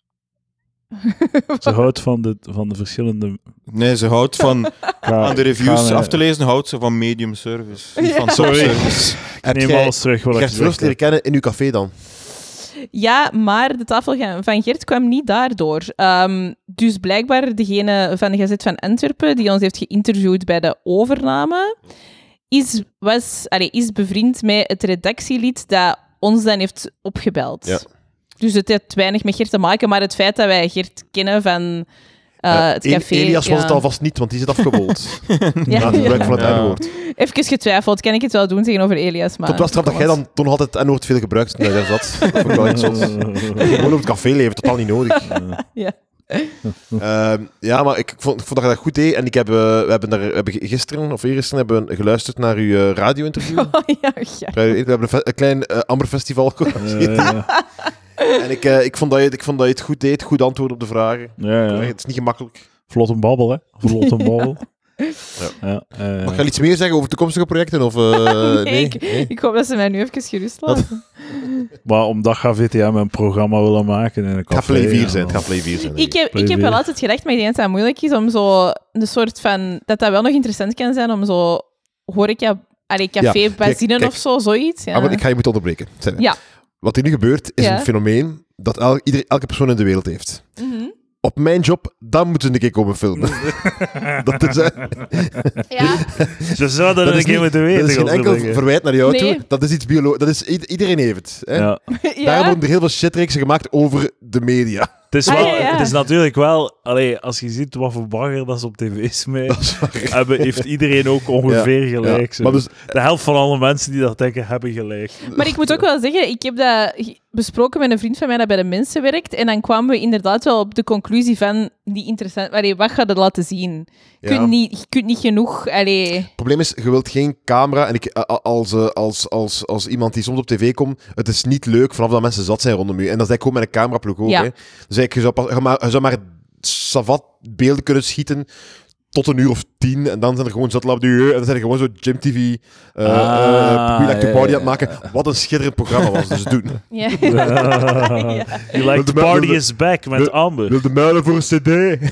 Speaker 1: Ze houdt van de verschillende...
Speaker 4: Nee, ze houdt van aan de reviews af te lezen, houdt ze van medium service. Niet van
Speaker 1: Sorry.
Speaker 4: service.
Speaker 2: Heb
Speaker 1: Neem
Speaker 2: jij
Speaker 1: alles terug wat ik
Speaker 2: Gert Verhulst leren
Speaker 1: gezegd heb.
Speaker 2: kennen in uw café dan?
Speaker 3: Ja, maar de tafel van Gert kwam niet daardoor. Dus blijkbaar degene van de Gazet van Antwerpen die ons heeft geïnterviewd bij de overname, is bevriend met het redactielid dat ons dan heeft opgebeld.
Speaker 2: Ja.
Speaker 3: Dus het heeft weinig met Gert te maken, maar het feit dat wij Gert kennen van het café...
Speaker 2: Elias was
Speaker 3: ja.
Speaker 2: het alvast niet, want die zit afgebold.
Speaker 3: Ja,
Speaker 2: Na het gebruik van het
Speaker 4: Ja.
Speaker 2: N-woord.
Speaker 3: Even getwijfeld, kan ik het wel doen tegenover Elias, maar...
Speaker 2: Het was straf dat jij dan toen altijd het N-woord veel gebruikt toen hij daar zat. Dat vond ik wel iets zot. Gewoon op het café leven, totaal niet nodig.
Speaker 3: Ja.
Speaker 2: Ja, maar ik vond dat je dat goed deed. En we hebben gisteren of eergisteren hebben we geluisterd naar uw radio-interview.
Speaker 3: Oh, ja, ja.
Speaker 2: We hebben een klein Amber-festival georganiseerd. En ik vond dat je het goed deed, goed antwoord op de vragen. Het is niet gemakkelijk.
Speaker 1: Vlot een babbel, hè. Vlot een babbel.
Speaker 2: Mag je al iets meer zeggen over toekomstige projecten? Of,
Speaker 3: Nee, ik hoop dat ze mij nu even gerust laten.
Speaker 1: Maar omdat VTM een programma willen maken in een
Speaker 2: Het
Speaker 1: café...
Speaker 2: gaat Play 4 zijn.
Speaker 1: ja,
Speaker 2: Het gaat Play 4 zijn.
Speaker 3: Ik heb wel altijd gedacht, maar ik denk dat het moeilijk is om zo een soort van... Dat wel nog interessant kan zijn om zo horeca... café
Speaker 2: Ja,
Speaker 3: Bazinen
Speaker 2: kijk,
Speaker 3: of zo, zoiets. Ja.
Speaker 2: Maar ik ga je moeten onderbreken.
Speaker 3: Ja.
Speaker 2: Wat er nu gebeurt, is
Speaker 3: Ja.
Speaker 2: een fenomeen dat elke persoon in de wereld heeft.
Speaker 3: Mhm.
Speaker 2: Op mijn job, dan moeten ze een keer komen filmen. Dat is...
Speaker 3: Ja.
Speaker 1: Ze zouden
Speaker 2: Dat
Speaker 1: het
Speaker 2: is
Speaker 1: een keer
Speaker 2: niet-
Speaker 1: moeten weten.
Speaker 2: Dat is geen enkel
Speaker 1: godverdikke.
Speaker 2: verwijt naar jou
Speaker 3: Nee.
Speaker 2: toe. Dat is iets biologisch. Dat is iedereen heeft het. Hè?
Speaker 1: Ja.
Speaker 2: Daar worden er heel veel shitreeksen gemaakt over de media.
Speaker 1: Het is,
Speaker 3: Ah,
Speaker 1: wel,
Speaker 3: ja, ja.
Speaker 1: het is natuurlijk wel... Allee, als je ziet wat voor bagger dat ze op tv smijten, heeft iedereen ook ongeveer gelijk.
Speaker 2: Ja.
Speaker 1: Zo.
Speaker 2: Maar dus,
Speaker 1: De helft van alle mensen die dat denken, hebben gelijk.
Speaker 3: Maar ik moet ook wel zeggen, ik heb dat besproken met een vriend van mij dat bij de mensen werkt. En dan kwamen we inderdaad wel op de conclusie van die interessant. Allee, wat gaat het laten zien? Je kunt niet genoeg. Allee.
Speaker 2: Het probleem is, je wilt geen camera. En als iemand die soms op tv komt, het is niet leuk vanaf dat mensen zat zijn rondom je. En dat is eigenlijk gewoon met een cameraploeg ook.
Speaker 3: Ja.
Speaker 2: Hè. Dus eigenlijk, je zou maar savat beelden kunnen schieten tot 1 uur of 10. En dan zijn er gewoon zatlab en dan zijn er gewoon zo Gym TV, We Like to
Speaker 1: ja,
Speaker 2: Party aan
Speaker 1: ja.
Speaker 2: het maken. Wat een schitterend programma was dus doen.
Speaker 3: Ja. Ja.
Speaker 1: You like the party is back met Amber.
Speaker 2: Wil de muilen voor een cd?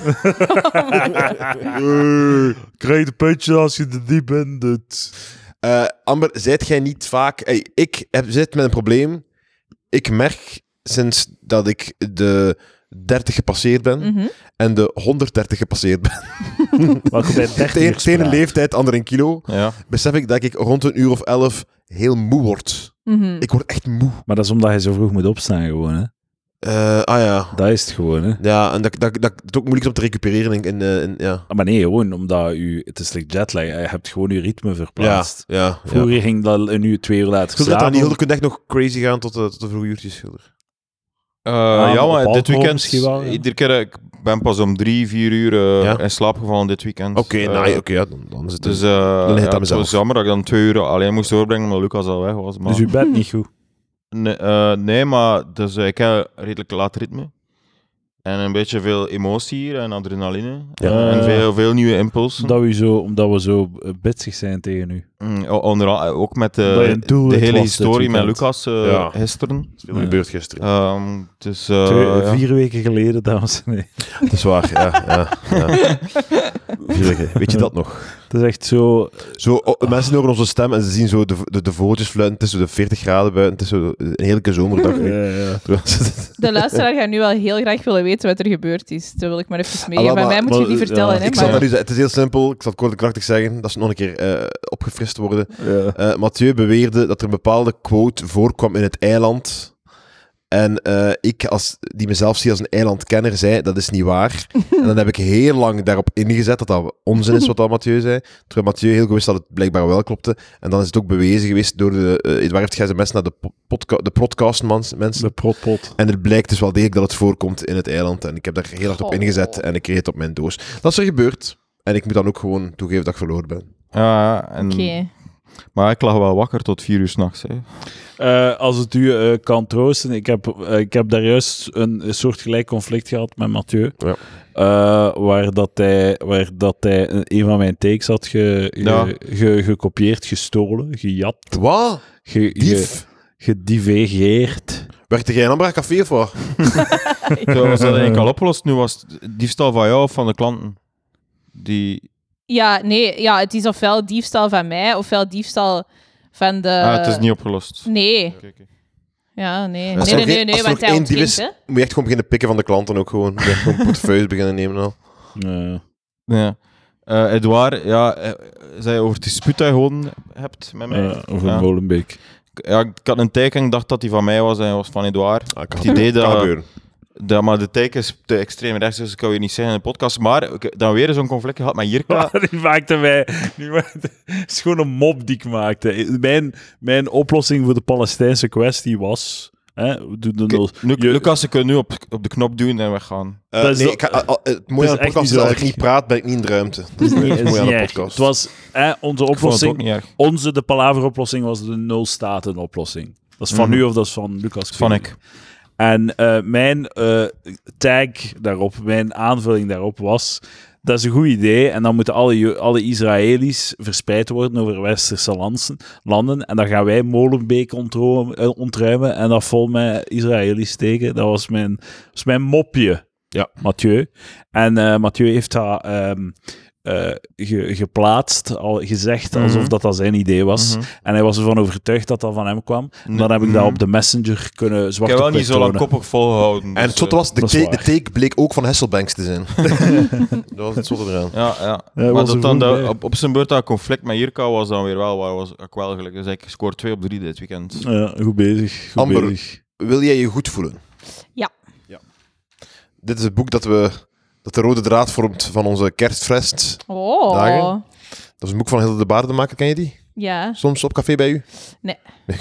Speaker 1: Krijg je een puntje als je er diep in doet.
Speaker 2: Amber, zijt jij niet vaak... ik zit met een probleem. Ik merk sinds dat ik de 30 gepasseerd ben
Speaker 3: Mhm.
Speaker 2: en de 130 gepasseerd ben.
Speaker 1: Welke bij 30
Speaker 2: Tegen een leeftijd, ander in kilo,
Speaker 4: Ja.
Speaker 2: besef ik dat ik rond 1 uur of 11 heel moe word.
Speaker 3: Mhm.
Speaker 2: Ik word echt moe.
Speaker 1: Maar dat is omdat je zo vroeg moet opstaan gewoon, hè.
Speaker 2: Ja.
Speaker 1: Dat is het gewoon, hè.
Speaker 2: Ja, en dat het ook moeilijk is om te recupereren. Ja.
Speaker 1: Maar nee, gewoon omdat het is like jetlag. Je hebt gewoon je ritme verplaatst.
Speaker 2: Ja.
Speaker 1: Vroeger ging dat een uur, 2 uur later
Speaker 2: Schilder dat niet,
Speaker 1: slapen.
Speaker 2: je kunt echt nog crazy gaan tot de vroege uurtjes, Schilder.
Speaker 4: Ja,
Speaker 1: op
Speaker 4: maar dit
Speaker 1: alcohol
Speaker 4: weekend,
Speaker 1: misschien wel, ja.
Speaker 4: iedere keer, ik ben pas om 3-4 uur
Speaker 2: Ja?
Speaker 4: in slaap gevallen dit weekend.
Speaker 2: Oké, ja, dan is het...
Speaker 4: Dus
Speaker 2: ligt het aan
Speaker 4: het
Speaker 2: mezelf.
Speaker 4: was jammer dat ik dan 2 uur alleen moest doorbrengen omdat Lucas al weg was. Maar...
Speaker 1: Dus je bent niet goed.
Speaker 4: Nee, maar dus, ik heb een redelijk laat ritme. En een beetje veel emotie hier en adrenaline.
Speaker 1: Ja.
Speaker 4: En veel nieuwe impulsen.
Speaker 1: Omdat we zo bitsig zijn tegen u.
Speaker 4: Ook met
Speaker 1: Dat je een doel
Speaker 4: de
Speaker 1: het
Speaker 4: hele
Speaker 1: was dit
Speaker 4: historie met
Speaker 1: weekend.
Speaker 4: Lucas
Speaker 2: Ja.
Speaker 4: gisteren.
Speaker 2: Veel gebeurd gisteren.
Speaker 4: Dus,
Speaker 1: 4 weken geleden, dames en heren.
Speaker 2: Dat is waar, ja. 4 weken. Weet je dat nog?
Speaker 1: Het is echt zo...
Speaker 2: Mensen horen onze stem en ze zien zo de vogeltjes fluiten. Het is zo de 40 graden buiten. Het is zo een heerlijke zomerdag.
Speaker 3: De luisteraar gaat nu wel heel graag willen weten wat er gebeurd is. Dat wil ik maar even meegeven.
Speaker 2: maar-
Speaker 3: Van mij moet je
Speaker 1: maar-
Speaker 3: niet vertellen.
Speaker 1: ja,
Speaker 3: Hè,
Speaker 2: Ik zal
Speaker 3: maar...
Speaker 2: dat nu zeggen. Het is heel simpel. Ik zal het kort en krachtig zeggen. Dat ze nog een keer opgefrist worden.
Speaker 1: Ja.
Speaker 2: Mathieu beweerde dat er een bepaalde quote voorkwam in het eiland. En ik, die mezelf zie als een eilandkenner, zei dat is niet waar. En dan heb ik heel lang daarop ingezet dat dat onzin is wat dat Mathieu zei. Terwijl Mathieu heel goed wist dat het blijkbaar wel klopte. En dan is het ook bewezen geweest door waar heeft jij zijn mensen naar de podcastmensen.
Speaker 1: De protpot.
Speaker 2: En het blijkt dus wel degelijk dat het voorkomt in het eiland. En ik heb daar heel hard op ingezet en ik kreeg het op mijn doos. Dat is er gebeurd. En ik moet dan ook gewoon toegeven dat ik verloren ben.
Speaker 3: Oké.
Speaker 4: Maar ik lag wel wakker tot 4 uur 's nachts.
Speaker 1: Als het u kan troosten, ik heb daar juist een soort gelijk conflict gehad met Mathieu.
Speaker 2: Ja.
Speaker 1: Waar dat hij een van mijn takes had gekopieerd, gestolen, gejat,
Speaker 2: Wat? Dief?
Speaker 1: gedivegeerd.
Speaker 2: Werkte jij in Ambra Café of wat?
Speaker 4: Zo was dat eigenlijk al opgelost. Nu was het diefstal van jou of van de klanten.
Speaker 3: Ja, het is ofwel diefstal van mij, ofwel diefstal van de...
Speaker 4: het is niet opgelost.
Speaker 3: Nee.
Speaker 4: Oké.
Speaker 3: Ja, nee.
Speaker 2: Als er nog
Speaker 3: Nee,
Speaker 2: één- als er
Speaker 3: want
Speaker 2: nog
Speaker 3: hij
Speaker 2: één dief
Speaker 3: ontkent,
Speaker 2: is,
Speaker 3: hè.
Speaker 2: moet je echt gewoon beginnen pikken van de klanten ook gewoon. Moet je echt gewoon portefeuilles beginnen nemen al.
Speaker 4: Ja. Edouard, zei over het dispuut dat je gewonnen hebt met mij.
Speaker 1: Over
Speaker 4: Ja.
Speaker 1: Molenbeek.
Speaker 4: Ja, ik had een teken, ik dacht dat die van mij was en hij was van Edouard. Het idee
Speaker 2: Kan
Speaker 4: dat...
Speaker 2: gebeuren.
Speaker 4: Maar de teken is te extreem rechts, dus ik kan je niet zeggen in de podcast. Maar dan weer zo'n conflict gehad met Jirka.
Speaker 1: Die maakte mij... Het is gewoon een mop die ik maakte. Mijn oplossing voor de Palestijnse kwestie was...
Speaker 4: Lucas, ik kan nu op de knop doen en weggaan.
Speaker 1: Dat is
Speaker 2: Nee,
Speaker 1: dat-
Speaker 2: het mooie aan de
Speaker 1: echt
Speaker 2: podcast
Speaker 1: niet
Speaker 2: is
Speaker 1: zo
Speaker 2: dat als
Speaker 1: erg.
Speaker 2: ik niet praat, ben ik niet in de ruimte. Dat is het mooie aan de podcast.
Speaker 1: Het was onze
Speaker 4: Ik vond het ook
Speaker 1: oplossing...
Speaker 4: niet erg.
Speaker 1: De palaveroplossing was de nul-staten-oplossing. Dat is van
Speaker 4: Mhm.
Speaker 1: u of dat is van Lucas?
Speaker 4: Van ik.
Speaker 1: En mijn tag daarop, mijn aanvulling daarop was... Dat is een goed idee en dan moeten alle Israëli's verspreid worden over westerse landen. En dan gaan wij Molenbeek ontruimen en dat vol met Israëli's steken. Dat was mijn mopje,
Speaker 2: Ja.
Speaker 1: Mathieu. En Mathieu heeft dat geplaatst, al gezegd, alsof dat zijn idee was. En hij was ervan overtuigd dat dat van hem kwam. En dan heb ik dat op de Messenger kunnen zwart
Speaker 4: Ik heb
Speaker 1: op
Speaker 4: wel niet
Speaker 1: wit
Speaker 4: zo lang
Speaker 1: tonen.
Speaker 4: koppig volgehouden.
Speaker 2: En
Speaker 4: dus,
Speaker 2: het zotte was,
Speaker 1: dat is
Speaker 2: de
Speaker 1: waar.
Speaker 2: take bleek ook van Hasselbanks te zijn. Dat was het zotte eraan.
Speaker 4: Ja.
Speaker 1: Ja,
Speaker 4: Maar
Speaker 1: was er
Speaker 4: dat dan
Speaker 1: goed bij.
Speaker 4: op zijn beurt dat conflict met Jirka was dan weer wel, waar was ik wel gelukkig. Dus ik scoor 2 op 3 dit weekend.
Speaker 1: Ja, goed bezig. Goed
Speaker 2: Amber.
Speaker 1: bezig.
Speaker 2: Wil jij je goed voelen?
Speaker 3: Ja.
Speaker 2: Dit is het boek dat de rode draad vormt van onze kerstfest.
Speaker 3: Oh.
Speaker 2: Dagen. Dat is een boek van Hilde de Baardemaker, ken je die?
Speaker 3: Ja.
Speaker 2: Soms op café bij u?
Speaker 3: Nee.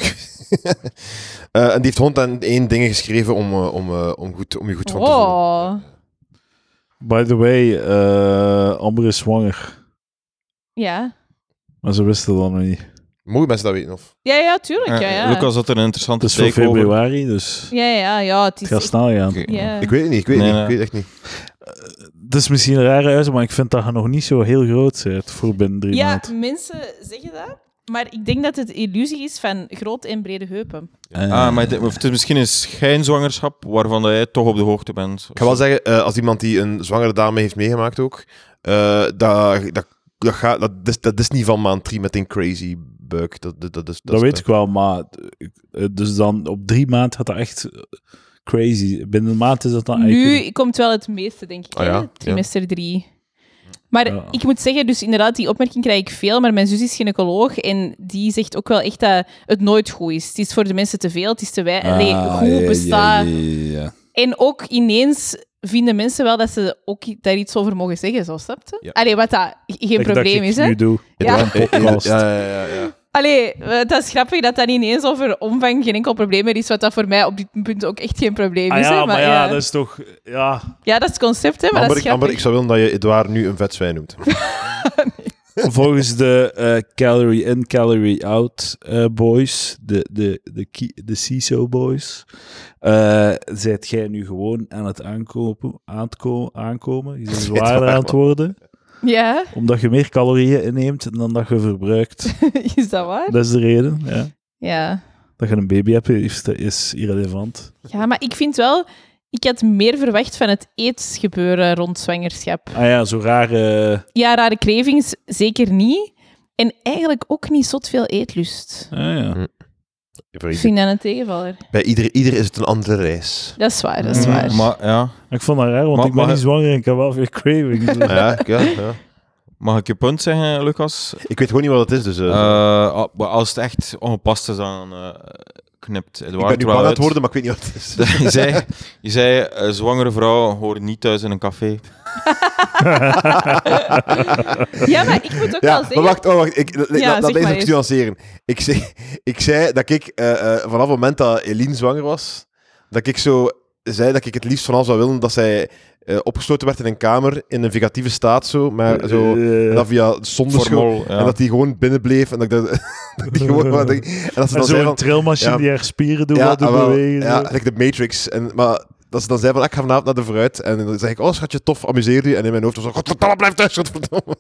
Speaker 2: En die heeft 101 dingen geschreven om je goed van te voelen.
Speaker 3: Oh.
Speaker 1: By the way, Amber is zwanger.
Speaker 3: Ja.
Speaker 1: Maar ze wisten dat nog niet.
Speaker 2: Mogen mensen dat weten? Of?
Speaker 3: Ja, tuurlijk. Ja.
Speaker 4: Lucas had er een interessante
Speaker 1: Het is voor
Speaker 4: take over.
Speaker 1: februari, dus
Speaker 3: Ja, het
Speaker 1: het
Speaker 3: is
Speaker 1: gaat
Speaker 3: echt-
Speaker 1: snel gaan.
Speaker 4: Oké.
Speaker 3: Ja.
Speaker 2: Ik weet het niet,
Speaker 4: Nee.
Speaker 2: ik weet het echt niet.
Speaker 1: Het is misschien een rare uitzending, maar ik vind dat je nog niet zo heel groot bent voor binnen 3
Speaker 3: Ja,
Speaker 1: maanden.
Speaker 3: mensen zeggen dat. Maar ik denk dat het illusie is van groot en brede heupen.
Speaker 4: Maar het is misschien een schijnzwangerschap waarvan dat jij toch op de hoogte bent.
Speaker 2: Ik ga wel zeggen, als iemand die een zwangere dame heeft meegemaakt ook, dat is niet van maand 3 meteen crazy buik.
Speaker 1: Dat weet ik wel, maar dus dan op 3 maanden gaat dat echt crazy. Binnen een maand is dat dan eigenlijk...
Speaker 3: Nu komt wel het meeste, denk ik.
Speaker 2: Ah, ja?
Speaker 3: Hè? Trimester 3. Maar
Speaker 1: Ja.
Speaker 3: ik moet zeggen, dus inderdaad, die opmerking krijg ik veel, maar mijn zus is gynaecoloog en die zegt ook wel echt dat het nooit goed is. Het is voor de mensen te veel, het is te weinig. Goed bestaat.
Speaker 1: Ja.
Speaker 3: En ook ineens vinden mensen wel dat ze ook daar iets over mogen zeggen, zo, snap je?
Speaker 2: Ja.
Speaker 3: Allee, wat dat geen probleem is, hè?
Speaker 1: Nu doe.
Speaker 3: Ja.
Speaker 1: Een podcast.
Speaker 2: Ja.
Speaker 3: Allee, dat is grappig dat dat niet eens over omvang geen enkel probleem meer is, wat dat voor mij op dit punt ook echt geen probleem is.
Speaker 1: Ah ja,
Speaker 3: hè?
Speaker 1: maar ja, dat is toch... Ja,
Speaker 3: Ja, dat is het concept, hè, maar dat is
Speaker 2: Amber,
Speaker 3: grappig.
Speaker 2: ik zou willen dat je Edouard nu een vet zwijn noemt.
Speaker 1: volgens de calorie in, calorie out boys, de CISO boys, zijt jij nu gewoon aan het aankomen. Je bent zwaarder aan het worden,
Speaker 3: Ja,
Speaker 1: omdat je meer calorieën inneemt dan dat je verbruikt.
Speaker 3: is dat waar?
Speaker 1: Dat is de reden, ja.
Speaker 3: Ja.
Speaker 1: Dat je een baby hebt, is irrelevant.
Speaker 3: Ja, maar ik vind wel... Ik had meer verwacht van het eetsgebeuren rond zwangerschap.
Speaker 1: Ah ja, zo rare...
Speaker 3: Ja, rare cravings zeker niet. En eigenlijk ook niet zot veel eetlust.
Speaker 1: Ah ja.
Speaker 3: Ik vind dat een tegenvaller.
Speaker 2: Bij ieder is het een andere reis.
Speaker 3: Dat is waar, dat is waar.
Speaker 4: Maar ja,
Speaker 1: Ik vond dat raar, want
Speaker 4: Maar-
Speaker 1: ik ben
Speaker 4: maar-
Speaker 1: niet zwanger en ik heb wel veel cravings. Dus.
Speaker 2: Ja.
Speaker 4: mag ik je punt zeggen, Lucas?
Speaker 2: Ik weet gewoon niet wat het is, dus...
Speaker 4: Maar als het echt ongepast is, dan knipt
Speaker 2: ik
Speaker 4: Edouard
Speaker 2: ben nu
Speaker 4: er
Speaker 2: bang
Speaker 4: wel
Speaker 2: aan het
Speaker 4: uit.
Speaker 2: worden, maar ik weet niet wat het is.
Speaker 4: Je zei zwangere vrouwen horen niet thuis in een café.
Speaker 3: Ja, maar ik moet ook
Speaker 2: Ja,
Speaker 3: wel
Speaker 2: maar
Speaker 3: zeggen...
Speaker 2: wacht.
Speaker 3: Ja,
Speaker 2: Dat
Speaker 3: zeg
Speaker 2: is
Speaker 3: maar
Speaker 2: ook
Speaker 3: eens.
Speaker 2: nuanceren. Ik zei dat ik, vanaf het moment dat Eline zwanger was, dat ik zo zei dat ik het liefst vanaf zou willen dat zij opgesloten werd in een kamer, in een vegetieve staat, zo, maar zo, en dat via zondeschul.
Speaker 4: Formol, ja.
Speaker 2: En dat die gewoon binnen bleef en dat ik dat, dat die gewoon... en dat ze
Speaker 1: En
Speaker 2: dan zei
Speaker 1: zo'n
Speaker 2: van...
Speaker 1: trilmachine
Speaker 2: ja.
Speaker 1: die haar spieren doet,
Speaker 2: Ja,
Speaker 1: wat doet
Speaker 2: wel,
Speaker 1: bewegen.
Speaker 2: ja,
Speaker 1: zo.
Speaker 2: like de Matrix. Maar dat ze dan zei van, ik ga vanavond naar de vooruit. En dan zeg ik, oh schatje, tof, amuseer je. En in mijn hoofd was zo, godverdomme, blijf thuis, godverdomme.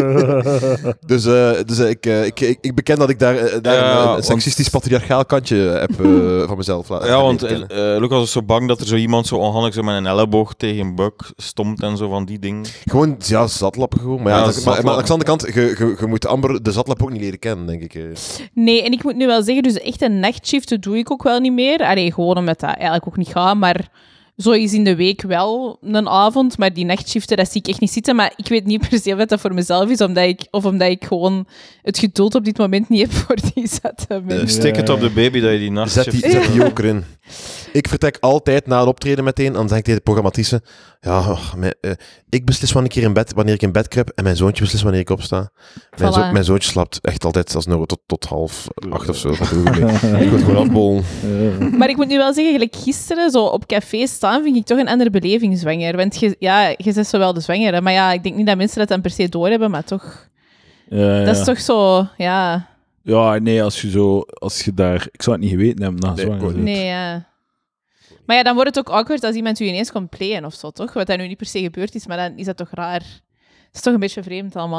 Speaker 2: Dus ik beken dat ik daar
Speaker 4: Ja,
Speaker 2: een seksistisch patriarchaal kantje heb van mezelf.
Speaker 4: Ja, want Lucas was zo bang dat er zo iemand zo onhandig zo met een elleboog tegen een buik stomt en zo van die dingen.
Speaker 2: Gewoon, ja, zatlappen gewoon. Maar,
Speaker 4: Ja,
Speaker 2: ja, maar
Speaker 4: zatlappen.
Speaker 2: aan de andere kant, je moet Amber de zatlap ook niet leren kennen, denk ik.
Speaker 3: Nee, en ik moet nu wel zeggen, dus echt een nachtshift doe ik ook wel niet meer. Allee, gewoon omdat dat eigenlijk ook niet gaat, maar zo is in de week wel een avond, maar die nachtshiften, dat zie ik echt niet zitten. Maar ik weet niet per se of dat voor mezelf is, omdat ik gewoon het geduld op dit moment niet heb voor die zette mensen.
Speaker 4: Stik het op de baby dat je die nacht
Speaker 2: Zet die ook erin. Ik vertrek altijd na een optreden meteen, dan zeg ik tegen de programmatrice, ja, ik beslis wanneer ik in bed kruip en mijn zoontje beslist wanneer ik opsta.
Speaker 3: Voilà.
Speaker 2: Mijn zoontje slaapt echt altijd als nou tot 7:30 of zo. Dat doe ik mee. Ik word gewoon afbollen.
Speaker 3: Maar ik moet nu wel zeggen, gelijk gisteren, zo op café staan, vind ik toch een andere beleving zwanger. Want je bent zo wel de zwangere, maar ja, ik denk niet dat mensen dat dan per se doorhebben, maar toch...
Speaker 1: Ja.
Speaker 3: Dat is toch zo, ja...
Speaker 1: Ja, nee, als je daar... Ik zou het niet geweten hebben na
Speaker 2: Nee,
Speaker 1: zwanger
Speaker 2: ik ook
Speaker 1: zit.
Speaker 3: Nee, ja. Maar ja, dan wordt het ook awkward als iemand u ineens komt playen of zo, toch? Wat dat nu niet per se gebeurd is, maar dan is dat toch raar. Het is toch een beetje vreemd allemaal.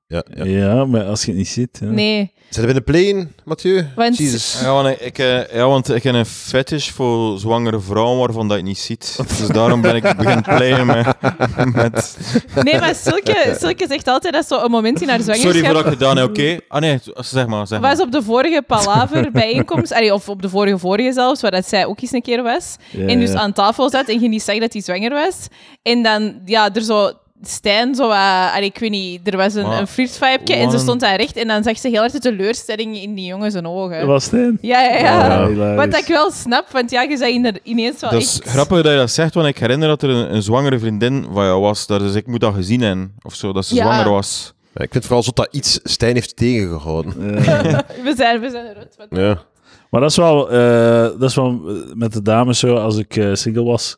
Speaker 1: Ja, maar als je het niet ziet... Ja.
Speaker 3: Nee,
Speaker 2: Zijn we in de plane, Mathieu?
Speaker 3: Want-
Speaker 2: Jezus.
Speaker 4: Want ik heb een fetish voor zwangere vrouwen waarvan dat je niet ziet. Dus daarom ben ik beginnen playen met...
Speaker 3: nee, maar Silke zegt altijd dat zo'n moment in haar zwangerschap...
Speaker 4: Sorry voor dat ik het gedaan heb, oké? Ah nee, zeg maar.
Speaker 3: was op de vorige Palaver bijeenkomst, of op de vorige zelfs, waar dat zij ook eens een keer was.
Speaker 1: Ja,
Speaker 3: En dus
Speaker 1: ja.
Speaker 3: aan tafel zat en je niet zag dat hij zwanger was. En dan, er zo... Stijn, zo ik weet niet, er was een flirtvibeke en ze stond daar recht en dan zag ze heel erg de teleurstelling in die jongen zijn ogen.
Speaker 1: Was het een?
Speaker 3: Ja.
Speaker 1: hilarisch.
Speaker 3: Wat ik wel snap, want je zei ineens wel
Speaker 4: Dat is
Speaker 3: echt...
Speaker 4: grappig dat je dat zegt, want ik herinner dat er een zwangere vriendin van jou was. Dus ik moet dat gezien hebben, of zo, dat ze
Speaker 3: Ja.
Speaker 4: zwanger was.
Speaker 2: Ja, ik vind vooral zot dat iets Stijn heeft tegengehouden.
Speaker 3: We zijn rot.
Speaker 2: Ja.
Speaker 1: Maar dat is wel met de dames zo, als ik single was,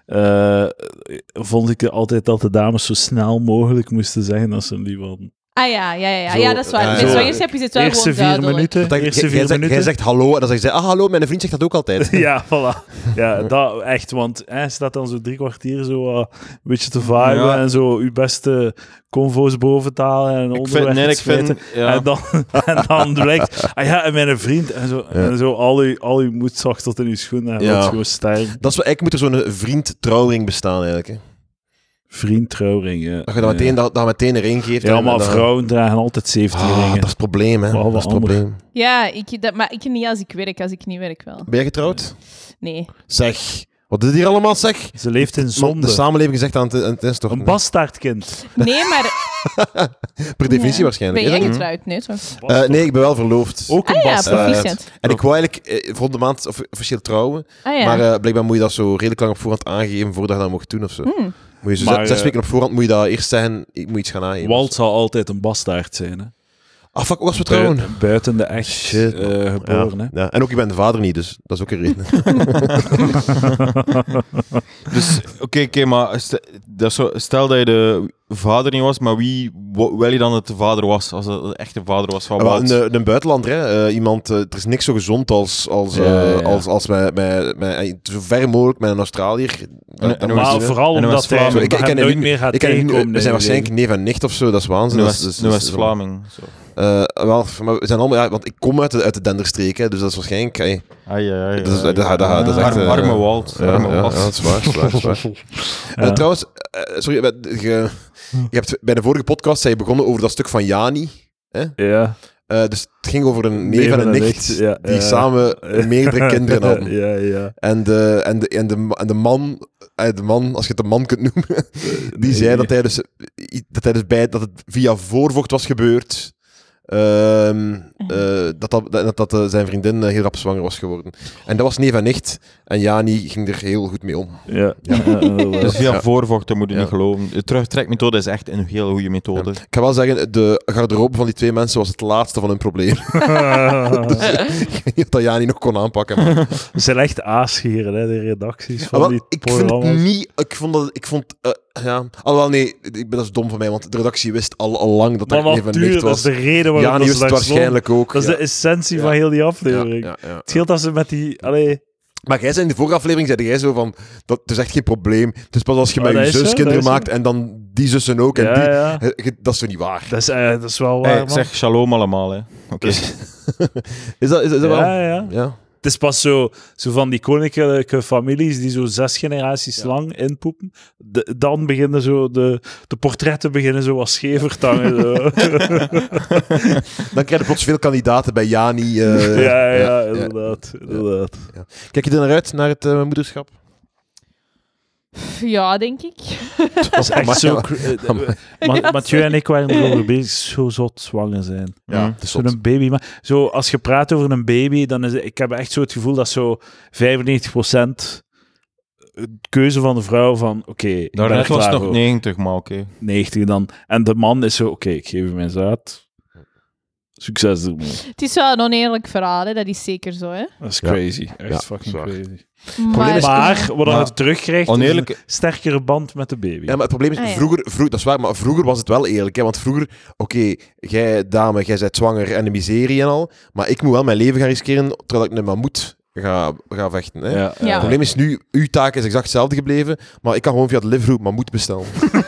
Speaker 1: vond ik altijd dat de dames zo snel mogelijk moesten zeggen als ze die van...
Speaker 3: Ah ja.
Speaker 1: Zo,
Speaker 3: Ja, dat is waar. Met
Speaker 2: zo,
Speaker 3: zwangerschap is het wel
Speaker 1: Eerste
Speaker 3: gewoon
Speaker 1: 4
Speaker 3: duidelijk.
Speaker 1: minuten.
Speaker 2: Dat-
Speaker 1: Eerste 4
Speaker 2: jij
Speaker 1: minuten.
Speaker 2: Jij zegt hallo en dan zeg je, hallo, mijn vriend zegt dat ook altijd.
Speaker 1: Ja, voilà. Ja, dat echt, want hij staat dan zo 3 kwartier zo een beetje te viben
Speaker 4: Ja.
Speaker 1: en zo uw beste convo's boven te halen en onderweg te smeten.
Speaker 4: ja.
Speaker 1: En dan blijkt, en mijn vriend, en zo al uw moed zag tot in uw schoen en
Speaker 2: Ja.
Speaker 1: dat gewoon sterk.
Speaker 2: Dat is wel, eigenlijk moet er zo'n vriend-trouwring bestaan, eigenlijk. Hè.
Speaker 1: Vriend, trouwring, ja.
Speaker 2: Dat je dat meteen een ring geeft.
Speaker 1: Ja,
Speaker 2: en
Speaker 1: maar
Speaker 2: dan-
Speaker 1: vrouwen dragen altijd 17 ringen.
Speaker 2: dat is het probleem, hè.
Speaker 1: Behalve
Speaker 2: Dat is het
Speaker 1: anderen.
Speaker 2: probleem.
Speaker 3: Ja, maar ik niet als ik werk. Als ik niet werk wel.
Speaker 2: Ben jij getrouwd?
Speaker 3: Nee.
Speaker 2: Zeg, wat is het hier allemaal, zeg?
Speaker 1: Ze leeft in
Speaker 2: Man,
Speaker 1: zonde.
Speaker 2: de samenleving zegt aan het instorten.
Speaker 1: Een bastaardkind.
Speaker 3: Nee, maar...
Speaker 2: Per definitie
Speaker 3: Ja.
Speaker 2: waarschijnlijk.
Speaker 3: Ben
Speaker 2: Is
Speaker 3: jij
Speaker 2: dat niet?
Speaker 3: getrouwd? Nee, toch?
Speaker 2: Nee, ik ben wel verloofd.
Speaker 1: Ook een
Speaker 3: Ah ja,
Speaker 1: bastaard.
Speaker 3: proficiat.
Speaker 2: En ik wou eigenlijk volgende maand officieel trouwen.
Speaker 3: Ah ja.
Speaker 2: Maar blijkbaar moet je dat zo redelijk lang op voorhand aangeven voordat je dat mocht doen of zo. Moet je zo
Speaker 1: Maar,
Speaker 2: 6 weken op voorhand moet je dat eerst zeggen, ik moet iets gaan aangeven.
Speaker 1: Walt zal altijd een bastaard zijn, hè.
Speaker 2: Ah, fuck, ook als we trouwen.
Speaker 1: Buiten de echt
Speaker 2: Shit, man.
Speaker 1: geboren, hè.
Speaker 2: Ja. En ook, je bent de vader niet, dus dat is ook een reden.
Speaker 4: Dus, oké, maar dat is zo, stel dat je de vader niet was, maar wie wil je dan dat de vader was? Als het de echte vader was van Wout?
Speaker 2: Een buitenlander, hè. Iemand, er is niks zo gezond als met zo ver mogelijk met een Australiër.
Speaker 1: Maar vooral
Speaker 4: en een
Speaker 1: omdat hij
Speaker 4: West-Vlaming.
Speaker 1: dat hij nooit meer gaat tegenkomen.
Speaker 2: We zijn waarschijnlijk neef en nicht of zo, dat is waanzin.
Speaker 4: Een
Speaker 2: Dat is-
Speaker 4: West-Vlaming. Zo.
Speaker 2: Wel, maar we zijn allemaal, ja, want ik kom uit de Denderstreek, hè, dus dat is waarschijnlijk...
Speaker 4: Ai.
Speaker 2: Dat is echt...
Speaker 4: Arme Walt. Arme
Speaker 2: ja,
Speaker 4: Walt.
Speaker 2: dat is waar. Dat is waar.
Speaker 1: Ja.
Speaker 2: Trouwens, sorry, je hebt bij de vorige podcast zei je begonnen over dat stuk van Jani.
Speaker 1: Ja.
Speaker 2: Dus het ging over een neef en een nicht
Speaker 1: ja,
Speaker 2: die
Speaker 1: ja.
Speaker 2: samen meerdere kinderen hadden.
Speaker 1: Ja.
Speaker 2: En de man, als je het de man kunt noemen, die zei dat dat het via voorvocht was gebeurd. Dat zijn vriendin heel rap zwanger was geworden. En dat was neef en nicht. En Jani ging er heel goed mee om.
Speaker 1: Ja.
Speaker 4: Dus via
Speaker 2: Ja.
Speaker 4: voorvochten moet je
Speaker 2: Ja.
Speaker 4: niet geloven. De terugtrekmethode is echt een heel goede methode.
Speaker 2: Ik ga wel zeggen, de garderobe van die 2 mensen was het laatste van hun probleem. Dus, ik weet niet of dat Jani nog kon aanpakken. Maar...
Speaker 1: Ze zijn echt aasgieren, hè, de redacties van
Speaker 2: Wel,
Speaker 1: die
Speaker 2: ik vind het
Speaker 1: programma's.
Speaker 2: niet... Alhoewel, nee, dat is dom van mij, want de redactie wist al lang dat
Speaker 1: Maar
Speaker 2: dat neef en
Speaker 1: natuurlijk,
Speaker 2: nicht
Speaker 1: dat is
Speaker 2: was.
Speaker 1: de reden waarom
Speaker 2: Jani
Speaker 1: dat
Speaker 2: wist
Speaker 1: ze
Speaker 2: het
Speaker 1: daar
Speaker 2: waarschijnlijk ook.
Speaker 1: stonden. Dat is
Speaker 2: ja.
Speaker 1: de essentie van
Speaker 2: Ja.
Speaker 1: heel die aflevering.
Speaker 2: Ja.
Speaker 1: Het scheelt dat ze met die... Allee,
Speaker 2: Maar jij zei in de vorige aflevering, zei jij zo van, dat is echt geen probleem. Het is pas als je
Speaker 1: Maar
Speaker 2: met je
Speaker 1: dat is
Speaker 2: zus
Speaker 1: zo,
Speaker 2: kinderen
Speaker 1: dat is
Speaker 2: maakt en dan die zussen ook. En die,
Speaker 1: ja.
Speaker 2: Dat is toch niet waar?
Speaker 1: Dat is wel waar,
Speaker 4: Hey,
Speaker 1: man.
Speaker 4: zeg shalom allemaal, hè. Oké.
Speaker 2: Is dat wel?
Speaker 1: Ja.
Speaker 2: Ja.
Speaker 1: Het is pas zo van die koninklijke families die zo 6 generaties lang inpoepen. Dan beginnen zo de portretten beginnen zo wat schever te hangen. Zo.
Speaker 2: Dan krijg je plots veel kandidaten bij Jani.
Speaker 1: Ja, inderdaad.
Speaker 2: Kijk je er naar uit, naar het moederschap?
Speaker 3: Ja, denk ik.
Speaker 1: Dat is echt
Speaker 2: Maar-
Speaker 1: zo...
Speaker 2: ja,
Speaker 1: Mathieu en ik waren erover bezig, zo zot zwanger zijn.
Speaker 2: Ja, het is zot.
Speaker 1: Zo'n baby. Maar zo, als je praat over een baby, dan is ik heb echt zo het gevoel dat zo 95% keuze van de vrouw van, oké, ik ben er
Speaker 4: Daarnet was het
Speaker 1: klaar
Speaker 4: nog
Speaker 1: voor.
Speaker 4: 90, maar oké.
Speaker 1: 90 dan. En de man is zo, oké, ik geef hem mijn zaad. Succes ermee.
Speaker 3: Het is wel een oneerlijk verhaal, hè. Dat is zeker zo, hè.
Speaker 1: Dat is
Speaker 2: Ja.
Speaker 1: crazy. Echt
Speaker 2: Ja,
Speaker 1: fucking
Speaker 2: zwaar.
Speaker 1: crazy.
Speaker 2: probleem is-
Speaker 1: Maar wat
Speaker 4: Maar-
Speaker 1: je terugkrijgt, is
Speaker 4: Oneerlijk-
Speaker 1: een sterkere band met de baby.
Speaker 2: Ja, maar het probleem is,
Speaker 3: Ah, ja.
Speaker 2: vroeger, dat is waar, maar vroeger was het wel eerlijk. Hè? Want vroeger, oké, jij dame, jij bent zwanger en de miserie en al, maar ik moet wel mijn leven gaan riskeren terwijl ik een mammoet ga vechten. Hè.
Speaker 1: Ja.
Speaker 2: Het probleem is nu, uw taak is exact hetzelfde gebleven, maar ik kan gewoon via de Deliveroo maar moet bestellen.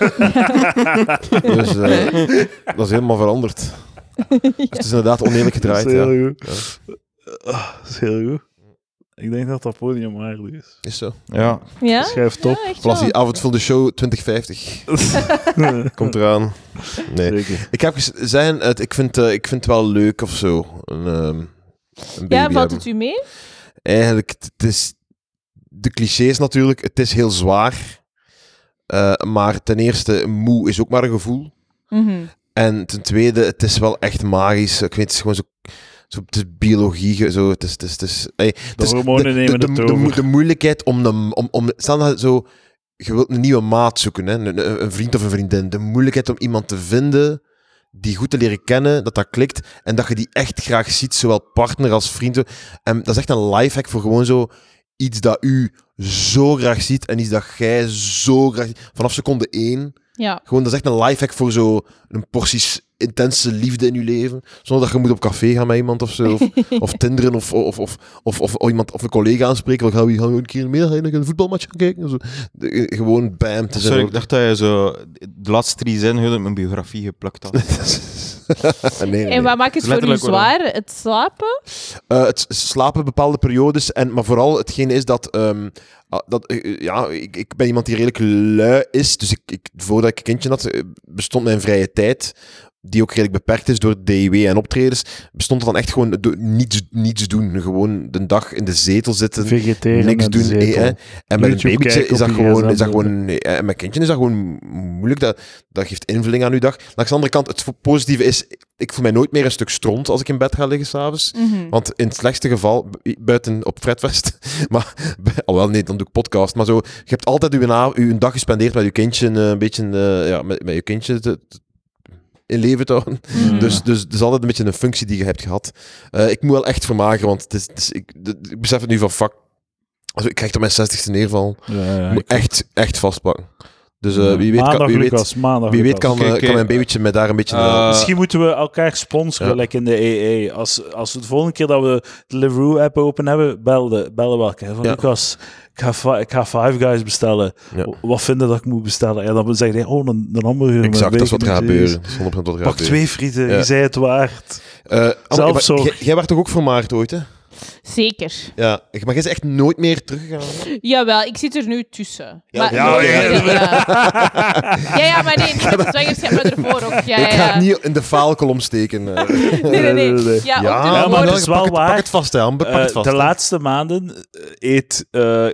Speaker 2: Dus dat is helemaal veranderd. Dus het is inderdaad oneerlijk gedraaid.
Speaker 1: Dat is heel
Speaker 2: Ja.
Speaker 1: goed. Dat is heel goed. Ik denk dat dat podium aardig is.
Speaker 2: Is zo.
Speaker 4: Ja.
Speaker 3: Ja?
Speaker 1: Schrijf top.
Speaker 3: Ja, echt
Speaker 2: Voilà,
Speaker 3: wel.
Speaker 2: die avond van de show 2050. Komt eraan. Nee.
Speaker 1: Zeker.
Speaker 2: Ik heb gezegd, ik vind het wel leuk of zo. Een baby
Speaker 3: Ja, valt
Speaker 2: hebben.
Speaker 3: het u mee?
Speaker 2: Eigenlijk, het is de clichés natuurlijk. Het is heel zwaar. Maar ten eerste, moe is ook maar een gevoel.
Speaker 3: Mhm.
Speaker 2: En ten tweede, het is wel echt magisch. Ik weet, het is gewoon zo... Het is biologie, zo. Het is,
Speaker 1: De hormonen nemen het over.
Speaker 2: de moeilijkheid om stel dat zo, je wilt een nieuwe maat zoeken, hè, een vriend of een vriendin. De moeilijkheid om iemand te vinden, die goed te leren kennen, dat klikt, en dat je die echt graag ziet, zowel partner als vriend. En dat is echt een lifehack voor gewoon zo iets dat u zo graag ziet en iets dat jij zo graag ziet. Vanaf seconde 1.
Speaker 3: Ja.
Speaker 2: Gewoon, dat is echt een lifehack voor zo een portie intense liefde in je leven. Zonder dat je moet op café gaan met iemand of zo. Of tinderen of iemand of een collega aanspreken. Gaan we een keer meer een voetbalmatch gaan kijken? Zo. Gewoon bam. Het is
Speaker 4: Sorry, ik dacht dat je zo de laatste 3 zinnen heel in mijn biografie geplakt had.
Speaker 2: nee.
Speaker 3: En wat maakt het voor u
Speaker 4: Letterlijk wel,
Speaker 3: zwaar? Het slapen?
Speaker 2: Het slapen bepaalde periodes. Maar vooral hetgeen is dat... ik ben iemand die redelijk lui is. Dus voordat ik een kindje had, bestond mijn vrije tijd, die ook redelijk beperkt is door DIW en optredens, bestond het dan echt gewoon niets doen. Gewoon de dag in de zetel zitten,
Speaker 1: Vegeteren
Speaker 2: niks
Speaker 1: in de
Speaker 2: doen.
Speaker 1: zetel.
Speaker 2: En met een
Speaker 1: YouTube
Speaker 2: babytje
Speaker 1: kijken
Speaker 2: is dat
Speaker 1: op je
Speaker 2: gewoon...
Speaker 1: gsm.
Speaker 2: En met kindje is dat gewoon moeilijk. Dat geeft invulling aan uw dag. Langs de andere kant, het positieve is, ik voel mij nooit meer een stuk stront als ik in bed ga liggen s'avonds.
Speaker 3: Mhm.
Speaker 2: Want in het slechtste geval, buiten op Fredfest, maar, alhoewel, nee, dan doe ik podcast, maar zo, je hebt altijd uw dag gespendeerd met je kindje, een beetje, met je kindje in leven te houden.
Speaker 3: Mhm.
Speaker 2: Dus het is altijd een beetje een functie die je hebt gehad. Ik moet wel echt vermageren, want ik besef het nu van, fuck, also, ik krijg op mijn 60ste neervallen.
Speaker 1: Ja,
Speaker 2: Ik moet echt vastpakken. Dus wie weet
Speaker 1: maandag,
Speaker 2: kan...
Speaker 1: Lucas, maandag,
Speaker 2: Wie weet
Speaker 1: Lucas.
Speaker 2: kan mijn babytje met daar een beetje...
Speaker 1: Misschien moeten we elkaar sponsoren,
Speaker 2: Ja.
Speaker 1: like in de EE. Als we de volgende keer dat we de Deliveroo-app open hebben, bellen we elkaar. Van,
Speaker 2: Ja.
Speaker 1: Lucas, ik ga Five Guys bestellen.
Speaker 2: Ja.
Speaker 1: Wat vinden dat ik moet bestellen? En dan zeg je, een hamburger met
Speaker 2: exact, dat is wat
Speaker 1: bacon
Speaker 2: gaat
Speaker 1: en cheese.
Speaker 2: gebeuren. Dat is 100% wat er gaat
Speaker 1: Pak
Speaker 2: gebeuren.
Speaker 1: 2 frieten,
Speaker 2: Ja.
Speaker 1: je zei het waard.
Speaker 2: Anne,
Speaker 1: Zelfzorg.
Speaker 2: maar jij werd toch ook vermaard ooit, hè?
Speaker 3: Zeker.
Speaker 2: Ja, maar jij is echt nooit meer teruggegaan.
Speaker 3: Jawel, ik zit er nu tussen.
Speaker 2: Ja,
Speaker 3: Maar
Speaker 2: ja,
Speaker 3: nooit
Speaker 2: ja.
Speaker 3: meer, ja, maar nee, niet met de zwangerschap, maar ervoor ook. Ja,
Speaker 2: Ik ga
Speaker 3: ja.
Speaker 2: het niet in de faalkolom steken.
Speaker 3: Nee.
Speaker 1: Nee.
Speaker 3: Ja,
Speaker 2: Ja,
Speaker 3: ook
Speaker 1: maar
Speaker 3: ervoor.
Speaker 1: dat is wel waar.
Speaker 2: Pak het vast, hè, Amber. Pak het vast.
Speaker 1: De
Speaker 2: hè.
Speaker 1: laatste maanden eet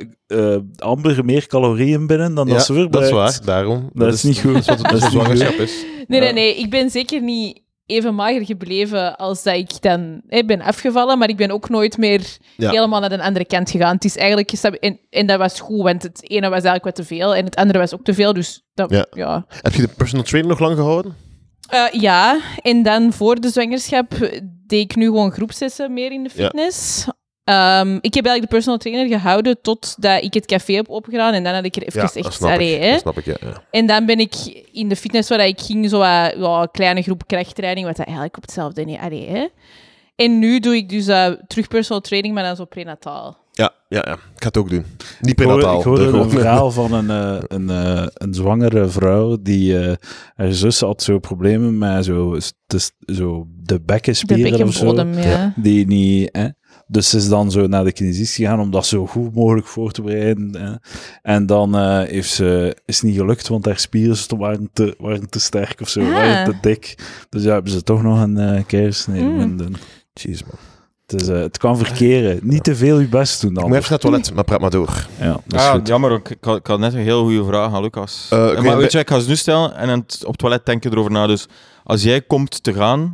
Speaker 1: Amber meer calorieën binnen dan dat ze verbruikt.
Speaker 2: dat is waar, daarom.
Speaker 1: Dat is niet goed.
Speaker 2: Dat is wat
Speaker 1: Dat is
Speaker 2: een
Speaker 1: niet
Speaker 2: zwangerschap is.
Speaker 3: Nee. Ik ben zeker niet even mager gebleven als dat ik dan ben afgevallen, maar ik ben ook nooit meer helemaal naar de andere kant gegaan. Het is eigenlijk en dat was goed, want het ene was eigenlijk wat te veel en het andere was ook te veel, dus dat, ja.
Speaker 2: Heb je de personal trainer nog lang gehouden?
Speaker 3: Ja, en dan voor de zwangerschap deed ik nu gewoon groepsessen meer in de fitness. Ik heb eigenlijk de personal trainer gehouden totdat ik het café heb opgedaan en dan had ik er even
Speaker 2: dat
Speaker 3: echt...
Speaker 2: snap ik.
Speaker 3: hè.
Speaker 2: Dat snap ik, ja.
Speaker 3: En dan ben ik in de fitness waar ik ging, zo een kleine groep krachttraining, wat dat eigenlijk op hetzelfde is. Hè. En nu doe ik dus terug personal training, maar dan zo prenataal.
Speaker 2: Ja. Ik ga het ook doen. Niet
Speaker 1: Ik
Speaker 2: prenataal.
Speaker 1: hoorde
Speaker 2: gewoon-
Speaker 1: een verhaal van een zwangere vrouw die haar zus had zo problemen met zo de bekkenspieren
Speaker 3: De
Speaker 1: of zo.
Speaker 3: bekkenbodem, ja.
Speaker 1: Die niet... Dus ze is dan zo naar de kinesist gegaan om dat zo goed mogelijk voor te bereiden. En dan is het niet gelukt, want haar spieren waren te sterk of zo, waren te dik. Dus ja, hebben ze toch nog een keizersnede moeten doen.
Speaker 2: Jeez, man.
Speaker 1: Het kan verkeren. Niet te veel je best doen dan.
Speaker 2: Ik moet even naar het toilet, maar praat maar door.
Speaker 1: Ja, dat is goed.
Speaker 4: Jammer, ik had net een heel goede vraag aan Lucas.
Speaker 2: oké,
Speaker 4: maar weet je, ik ga ze nu stellen en op het toilet denk je erover na. Dus als jij komt te gaan,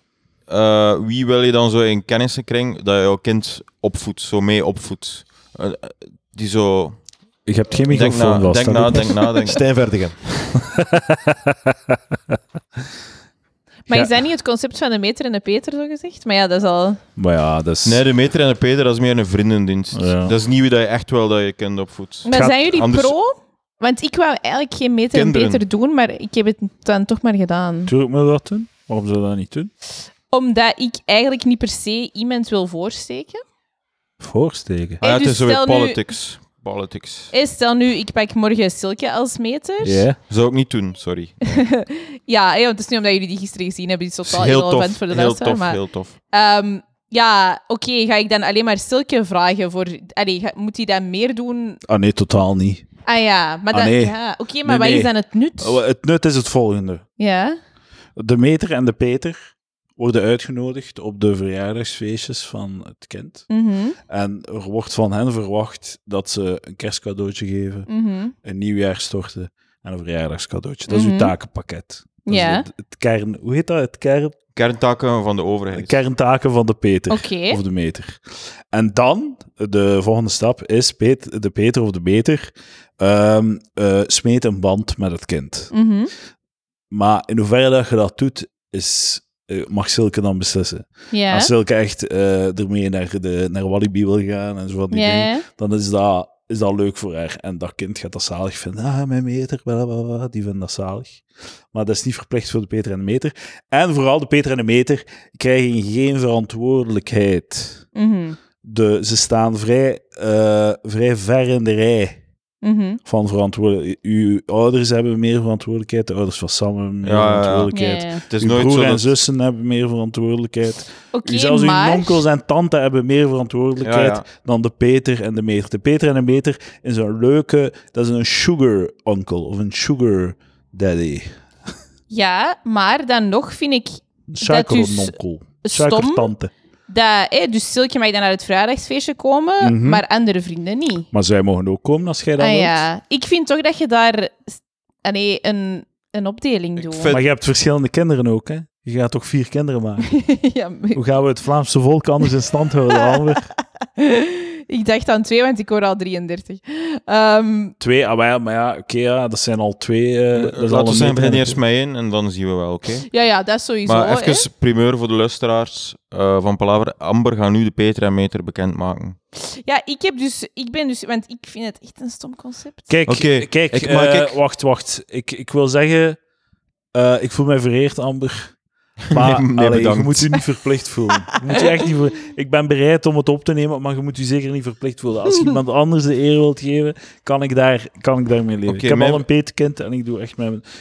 Speaker 4: wie wil je dan zo in kennissenkring dat je jouw kind opvoedt, zo mee opvoedt? Die zo...
Speaker 1: Je hebt geen
Speaker 4: Denk
Speaker 1: microfoon vast.
Speaker 4: denk
Speaker 1: hè,
Speaker 4: na,
Speaker 1: Lucas?
Speaker 4: denk na, denk
Speaker 2: Stijn Verdigen.
Speaker 3: Maar
Speaker 1: Ja.
Speaker 3: is dat niet het concept van de meter en de Peter, zo gezegd? Maar ja, dat is al...
Speaker 1: Maar ja, dat is...
Speaker 4: Nee, de meter en de Peter, dat is meer een vriendendienst.
Speaker 1: Ja.
Speaker 4: Dat is niet wie dat je echt wel dat je kind opvoedt.
Speaker 3: Maar
Speaker 1: gaat
Speaker 3: zijn jullie
Speaker 4: anders-
Speaker 3: pro? Want ik wou eigenlijk geen meter
Speaker 4: Kinderen.
Speaker 3: en Peter doen, maar ik heb het dan toch maar gedaan.
Speaker 1: Tuurlijk moet je dat doen. Waarom zou je dat niet doen?
Speaker 3: Omdat ik eigenlijk niet per se iemand wil voorsteken.
Speaker 1: Voorsteken.
Speaker 4: Ah, ja,
Speaker 3: dus
Speaker 4: het is zo weer
Speaker 3: stel nu-
Speaker 4: politics.
Speaker 3: Stel nu, ik pak morgen Silke als meter.
Speaker 1: Ja.
Speaker 4: Zou ik niet doen, sorry.
Speaker 3: Ja, want het is niet omdat jullie die gisteren gezien hebben. Die is totaal
Speaker 4: Heel
Speaker 3: irrelevant
Speaker 4: tof,
Speaker 3: voor de
Speaker 4: heel
Speaker 3: luisteraar.
Speaker 4: tof,
Speaker 3: Maar,
Speaker 4: heel tof.
Speaker 3: ja, oké, ga ik dan alleen maar Silke vragen voor... moet hij dan meer doen?
Speaker 1: Ah nee, totaal niet.
Speaker 3: Ah ja, maar
Speaker 1: Ah,
Speaker 3: dan...
Speaker 1: nee.
Speaker 3: Ja, oké, maar
Speaker 1: Nee,
Speaker 3: wat
Speaker 1: nee.
Speaker 3: is dan het nut?
Speaker 1: Het nut is het volgende.
Speaker 3: Ja.
Speaker 1: De meter en de Peter worden uitgenodigd op de verjaardagsfeestjes van het kind.
Speaker 3: Mhm,
Speaker 1: En er wordt van hen verwacht dat ze een kerstcadeautje geven,
Speaker 3: mhm.
Speaker 1: een nieuwjaarstorte en een verjaardagscadeautje. Dat is uw
Speaker 3: Mhm.
Speaker 1: takenpakket. Dat is
Speaker 3: Ja.
Speaker 1: het kern... Hoe heet dat? Het
Speaker 4: Kerntaken van de
Speaker 1: de
Speaker 4: overheid.
Speaker 1: kerntaken van de Peter.
Speaker 3: Oké.
Speaker 1: Of de meter. En dan, de volgende stap, is de Peter of de meter smeet een band met het kind.
Speaker 3: Mhm.
Speaker 1: Maar in hoeverre dat je dat doet, mag Silke dan beslissen.
Speaker 3: Ja.
Speaker 1: Als Silke echt ermee naar Walibi wil gaan en zo van die dingen,
Speaker 3: Ja.
Speaker 1: dan is dat leuk voor haar. En dat kind gaat dat zalig vinden. Ah, mijn meter, blablabla, die vinden dat zalig. Maar dat is niet verplicht voor de Peter en de meter. En vooral de Peter en de meter krijgen geen verantwoordelijkheid.
Speaker 3: Mhm.
Speaker 1: Ze staan vrij ver in de rij
Speaker 3: Mhm.
Speaker 1: van verantwoordelijkheid. Uw ouders hebben meer verantwoordelijkheid, de ouders van Sam hebben meer
Speaker 4: Ja, ja.
Speaker 1: verantwoordelijkheid.
Speaker 3: Ja.
Speaker 4: Het is
Speaker 1: Uw
Speaker 4: nooit
Speaker 1: broer
Speaker 4: zo
Speaker 1: en
Speaker 4: dat...
Speaker 1: zussen hebben meer verantwoordelijkheid.
Speaker 3: Oké,
Speaker 1: Zelfs
Speaker 3: maar...
Speaker 1: uw onkels en tante hebben meer verantwoordelijkheid
Speaker 4: Ja, ja.
Speaker 1: dan de Peter en de meter. De Peter en de meter is een leuke... Dat is een sugar uncle of een sugar daddy.
Speaker 3: Ja, maar dan nog vind ik
Speaker 1: Een suikeronkel.
Speaker 3: stom
Speaker 1: Suikertante.
Speaker 3: dat... dus Silke mag dan naar het verjaardagsfeestje komen,
Speaker 1: Mhm.
Speaker 3: maar andere vrienden niet.
Speaker 1: Maar zij mogen ook komen als jij dat
Speaker 3: Ah
Speaker 1: wilt.
Speaker 3: ja, ik vind toch dat je daar een opdeling doet.
Speaker 4: vind-
Speaker 1: Maar je hebt verschillende kinderen ook, hè? Je gaat toch 4 kinderen maken?
Speaker 3: Ja, maar-
Speaker 1: Hoe gaan we het Vlaamse volk anders in stand houden, Amber?
Speaker 3: ik dacht aan 2, want ik hoor al 33.
Speaker 1: 2, maar ja, oké, ja, dat zijn al 2. Dat is al
Speaker 4: Laten we
Speaker 1: een
Speaker 4: zeggen,
Speaker 1: meter
Speaker 4: begin
Speaker 1: en
Speaker 4: eerst mee in en dan zien we wel, oké?
Speaker 3: Ja, dat is sowieso.
Speaker 4: Maar
Speaker 3: hè.
Speaker 4: even primeur voor de luisteraars van Palaver. Amber gaat nu de Peter en Meter bekendmaken.
Speaker 3: Ja, ik ben dus... Want ik vind het echt een stom concept.
Speaker 1: Kijk,
Speaker 4: Oké,
Speaker 1: kijk,
Speaker 4: mag ik-
Speaker 1: wacht. Ik wil zeggen, ik voel mij vereerd, Amber. Maar
Speaker 4: Nee,
Speaker 1: allee, je
Speaker 4: bedankt.
Speaker 1: moet je niet verplicht voelen. Je moet je echt niet ik ben bereid om het op te nemen, maar je moet je zeker niet verplicht voelen. Als je iemand anders de eer wilt geven, kan ik daarmee leven.
Speaker 4: Oké,
Speaker 1: ik heb
Speaker 4: mijn-
Speaker 1: al een petekind en ik doe echt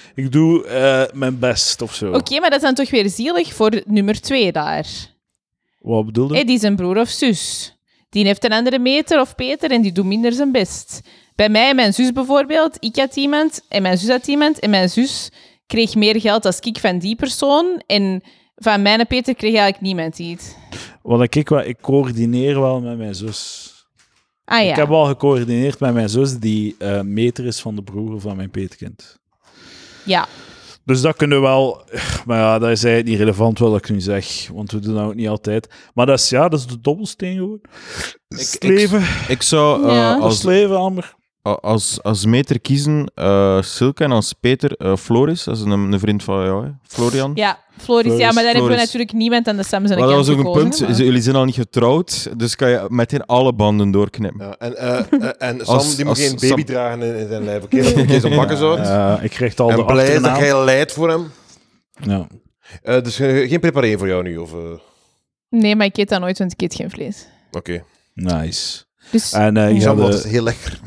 Speaker 1: mijn best of zo.
Speaker 3: Oké, maar dat is dan toch weer zielig voor nummer 2 daar.
Speaker 1: Wat bedoel je?
Speaker 3: Hey, die is een broer of zus. Die heeft een andere meter of Peter en die doet minder zijn best. Bij mij en mijn zus bijvoorbeeld, ik had iemand en mijn zus had iemand en mijn zus kreeg meer geld als ik van die persoon en van mijn Peter kreeg eigenlijk niemand iets.
Speaker 1: Want ik coördineer wel met mijn zus.
Speaker 3: Ah ja.
Speaker 1: Ik heb al gecoördineerd met mijn zus die meter is van de broer van mijn peetkind.
Speaker 3: Ja.
Speaker 1: Dus dat kunnen we wel... Maar ja, dat is eigenlijk niet relevant wat ik nu zeg, want we doen dat ook niet altijd. Maar dat is de dobbelsteen gewoon. Het leven.
Speaker 4: Ik zou
Speaker 3: Ja.
Speaker 1: Als leven, Amber.
Speaker 4: als Meter kiezen Silke en als Peter Floris, dat is een vriend van jou, hè? Florian.
Speaker 3: Ja, Floris. Ja, maar daar hebben we
Speaker 4: Floris.
Speaker 3: natuurlijk niemand aan de Sam zijn
Speaker 4: Maar dat
Speaker 3: kant
Speaker 4: was ook een
Speaker 3: gekozen,
Speaker 4: punt.
Speaker 3: maar-
Speaker 4: Jullie zijn al niet getrouwd, dus kan je meteen alle banden doorknippen.
Speaker 2: Ja, en Sam
Speaker 4: Als-
Speaker 2: die moet
Speaker 4: als
Speaker 2: geen baby
Speaker 4: Sam-
Speaker 2: dragen in zijn lijf. Oké, dat moet zijn bakken zo.
Speaker 1: Ik krijg al de
Speaker 2: En blij is dat
Speaker 1: achternaam.
Speaker 2: jij leidt voor hem.
Speaker 1: Ja.
Speaker 2: Dus geen preparé voor jou nu? Of,
Speaker 3: Nee, maar ik eet dat nooit, want ik eet geen vlees.
Speaker 2: Oké.
Speaker 1: Nice.
Speaker 3: Dus
Speaker 1: En
Speaker 3: Ja.
Speaker 1: je
Speaker 2: Sam,
Speaker 1: gaat,
Speaker 2: dat is heel lekker.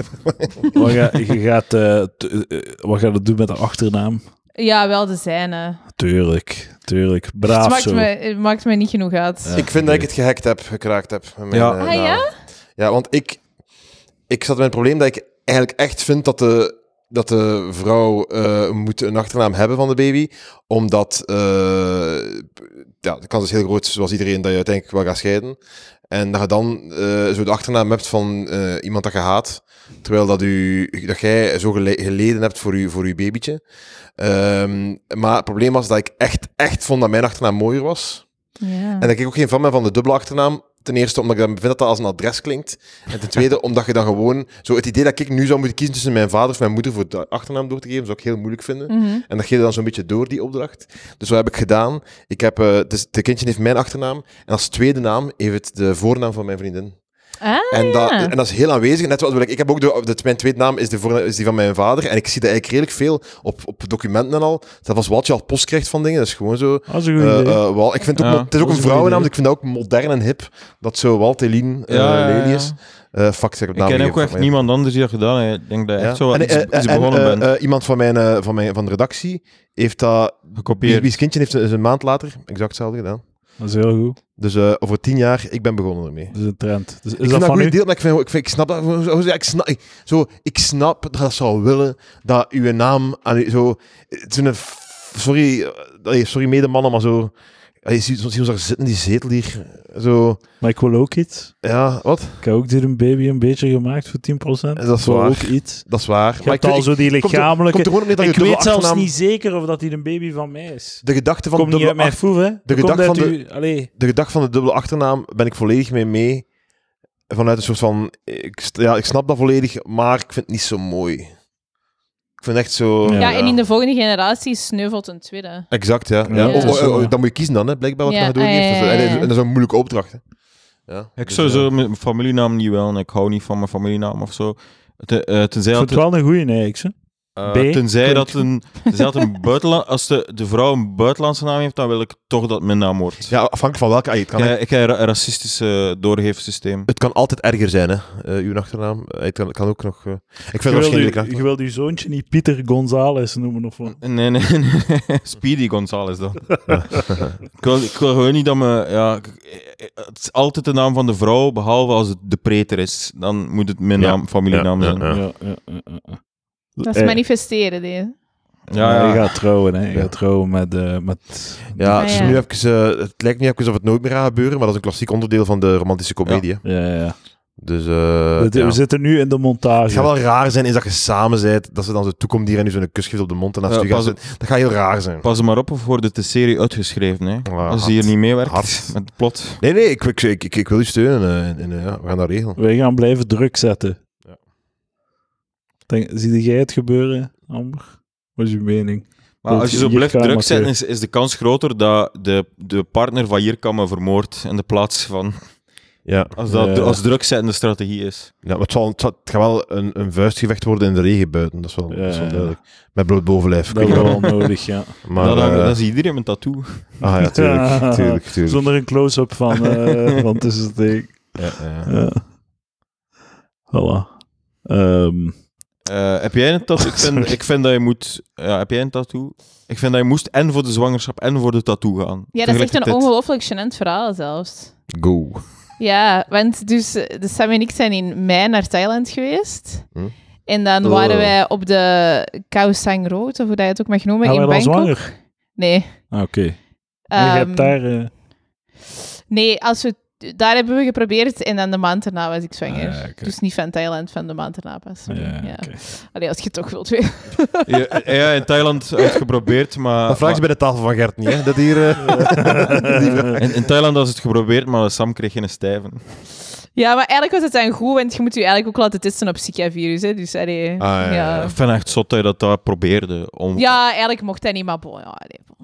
Speaker 1: wat gaat het doen met de achternaam?
Speaker 3: ja, wel de zijne.
Speaker 1: Tuurlijk. Braaf
Speaker 3: Het
Speaker 1: zo.
Speaker 3: maakt me niet genoeg uit.
Speaker 1: Ja.
Speaker 2: Ik vind dat ik het gehackt heb, gekraakt heb. met mijn,
Speaker 4: Ja.
Speaker 3: Ah,
Speaker 2: naam.
Speaker 3: ja?
Speaker 2: Ja, want ik zat met het probleem dat ik eigenlijk echt vind dat de vrouw moet een achternaam hebben van de baby, omdat de kans is heel groot, zoals iedereen, dat je uiteindelijk wel gaat scheiden. En dat je dan zo de achternaam hebt van iemand dat je haat, terwijl dat jij zo geleden hebt voor je babytje. Maar het probleem was dat ik echt vond dat mijn achternaam mooier was.
Speaker 3: Ja.
Speaker 2: En dat ik ook geen fan ben van de dubbele achternaam. Ten eerste omdat ik dan vind dat dat als een adres klinkt. En ten tweede omdat je dan gewoon... Zo het idee dat ik nu zou moeten kiezen tussen mijn vader of mijn moeder voor de achternaam door te geven, zou ik heel moeilijk vinden.
Speaker 3: Mhm.
Speaker 2: En dat geef je dan zo'n beetje door, die opdracht. Dus wat heb ik gedaan? Ik heb, de kindje heeft mijn achternaam. En als tweede naam heeft het de voornaam van mijn vriendin. En dat is heel aanwezig. Net zoals ik heb ook mijn tweede naam is die van mijn vader. En ik zie dat eigenlijk redelijk veel op documenten en al. Dat als wat je al post krijgt van dingen. Dat is gewoon zo.
Speaker 1: Dat is een goed idee.
Speaker 2: Ik vind het is ook een vrouwennaam, dus ik vind dat ook modern en hip. Dat zo Walt Eline Lely is. Fuck, zeg
Speaker 4: ik ken ook echt niemand anders die dat gedaan heeft. Ik denk dat echt zo iets begonnen bent.
Speaker 2: Iemand van de redactie heeft dat
Speaker 4: gekopieerd.
Speaker 2: Wie's Kindje heeft een maand later exact hetzelfde gedaan.
Speaker 1: Dat is heel goed.
Speaker 2: Dus over 10 jaar, ik ben begonnen ermee.
Speaker 1: Dat is een trend. Dus
Speaker 2: ik vind dat een goed idee, maar ik snap dat. Ik snap dat je zou willen dat uw naam aan zo. Sorry medemannen, maar zo. Je ziet ons daar zitten, die zetel hier. Zo.
Speaker 1: Maar ik wil ook iets.
Speaker 2: Ja, wat?
Speaker 1: Ik heb ook dit een baby een beetje gemaakt voor 10%.
Speaker 2: Dat is waar.
Speaker 1: Ook iets.
Speaker 2: Dat is waar.
Speaker 1: Je hebt al zo die lichamelijke...
Speaker 2: Ik
Speaker 1: weet zelfs niet zeker of dat die een baby van mij is.
Speaker 2: De gedachte van
Speaker 1: Kom niet uit mijn foef, hè.
Speaker 2: De gedachte van de dubbele achternaam ben ik volledig mee. Vanuit een soort van... Ik snap dat volledig, maar ik vind het niet zo mooi. Ik vind echt zo...
Speaker 3: Ja, en in de volgende generatie sneuvelt een tweede.
Speaker 2: Exact, ja. Dan moet je kiezen dan, hè, blijkbaar wat je gaat doen heeft. En dat is een moeilijke opdracht, hè. Ja,
Speaker 4: ik zou zo mijn familienaam niet wel, en ik hou niet van mijn familienaam of zo. Tenzij
Speaker 1: ik vind het wel een goeie, nee, ik zeg.
Speaker 4: Tenzij dat een buitenland... Als de vrouw een buitenlandse naam heeft, dan wil ik toch dat mijn naam wordt.
Speaker 2: Ja, afhankelijk van welke...
Speaker 4: Ik heb een racistisch doorgeefsysteem.
Speaker 2: Het kan altijd erger zijn, hè, uw achternaam. Het kan ook nog... ik vind waarschijnlijk...
Speaker 1: Je wil je zoontje niet Pieter González noemen, of wat?
Speaker 4: Nee. Speedy González dan. ik wil gewoon niet dat me... Ja, het is altijd de naam van de vrouw, behalve als het de preter is. Dan moet het mijn familienaam zijn.
Speaker 1: Ja.
Speaker 3: Dat is manifesteren, deze.
Speaker 4: Ja.
Speaker 1: Je gaat trouwen, hè. Je gaat trouwen met...
Speaker 2: Ja, het is nu even, het lijkt niet even of het nooit meer gaat gebeuren, maar dat is een klassiek onderdeel van de romantische komedie.
Speaker 1: Ja.
Speaker 2: Dus,
Speaker 1: we zitten nu in de montage.
Speaker 2: Het gaat wel raar zijn, is dat je samen bent, dat ze dan zo toekomt hier en nu zo'n kus geeft op de mond en dat dat gaat heel raar zijn.
Speaker 4: Pas maar op, of wordt de serie uitgeschreven, hè. Als je hier niet meewerkt met het plot.
Speaker 2: Nee, ik wil je steunen. We gaan dat regelen.
Speaker 1: Wij gaan blijven druk zetten. Zie jij het gebeuren, Amber? Wat is je mening?
Speaker 4: Maar als je zo blijft druk zetten, is de kans groter dat de partner van Jirka vermoordt in de plaats van...
Speaker 2: Ja.
Speaker 4: Als druk zetten de strategie is.
Speaker 2: Ja, maar het gaat wel een vuistgevecht worden in de regen buiten, dat is wel duidelijk. Met bloot bovenlijf.
Speaker 1: Dat is wel nodig, ja.
Speaker 4: Maar, dat is iedereen met tattoo.
Speaker 2: Ah ja, tuurlijk.
Speaker 1: Zonder een close-up van tussensteek. Ja. Voilà.
Speaker 4: Heb jij een tattoo? Ik vind dat je moet... Ja, heb jij een tattoo? Ik vind dat je moest en voor de zwangerschap en voor de tattoo gaan.
Speaker 3: Ja, dat is echt een ongelooflijk gênant verhaal zelfs.
Speaker 2: Go.
Speaker 3: Ja, want dus Sam en ik zijn in mei naar Thailand geweest. En dan waren wij op de Khao Sang Road, of hoe dat je het ook mag noemen, in Bangkok.
Speaker 1: Zwanger?
Speaker 3: Nee.
Speaker 1: Oké. Je hebt daar...
Speaker 3: Nee, daar hebben we geprobeerd en dan de maand erna was ik zwanger.
Speaker 1: Okay.
Speaker 3: Dus niet van Thailand, van de maand erna pas.
Speaker 1: Okay.
Speaker 3: Allee, als je het toch wilt weten.
Speaker 4: Ja, in Thailand heb je het geprobeerd, maar...
Speaker 2: Dat vraag je bij de tafel van Gert niet, hè? Dat hier...
Speaker 4: in Thailand was het geprobeerd, maar Sam kreeg geen stijven.
Speaker 3: Ja, maar eigenlijk was het dan goed, want je moet je eigenlijk ook laten testen op Zika-virus. Hè? Dus, ja.
Speaker 4: Ik vind echt zot dat je dat probeerde.
Speaker 3: Ja, eigenlijk mocht dat niet, maar bon. Ja,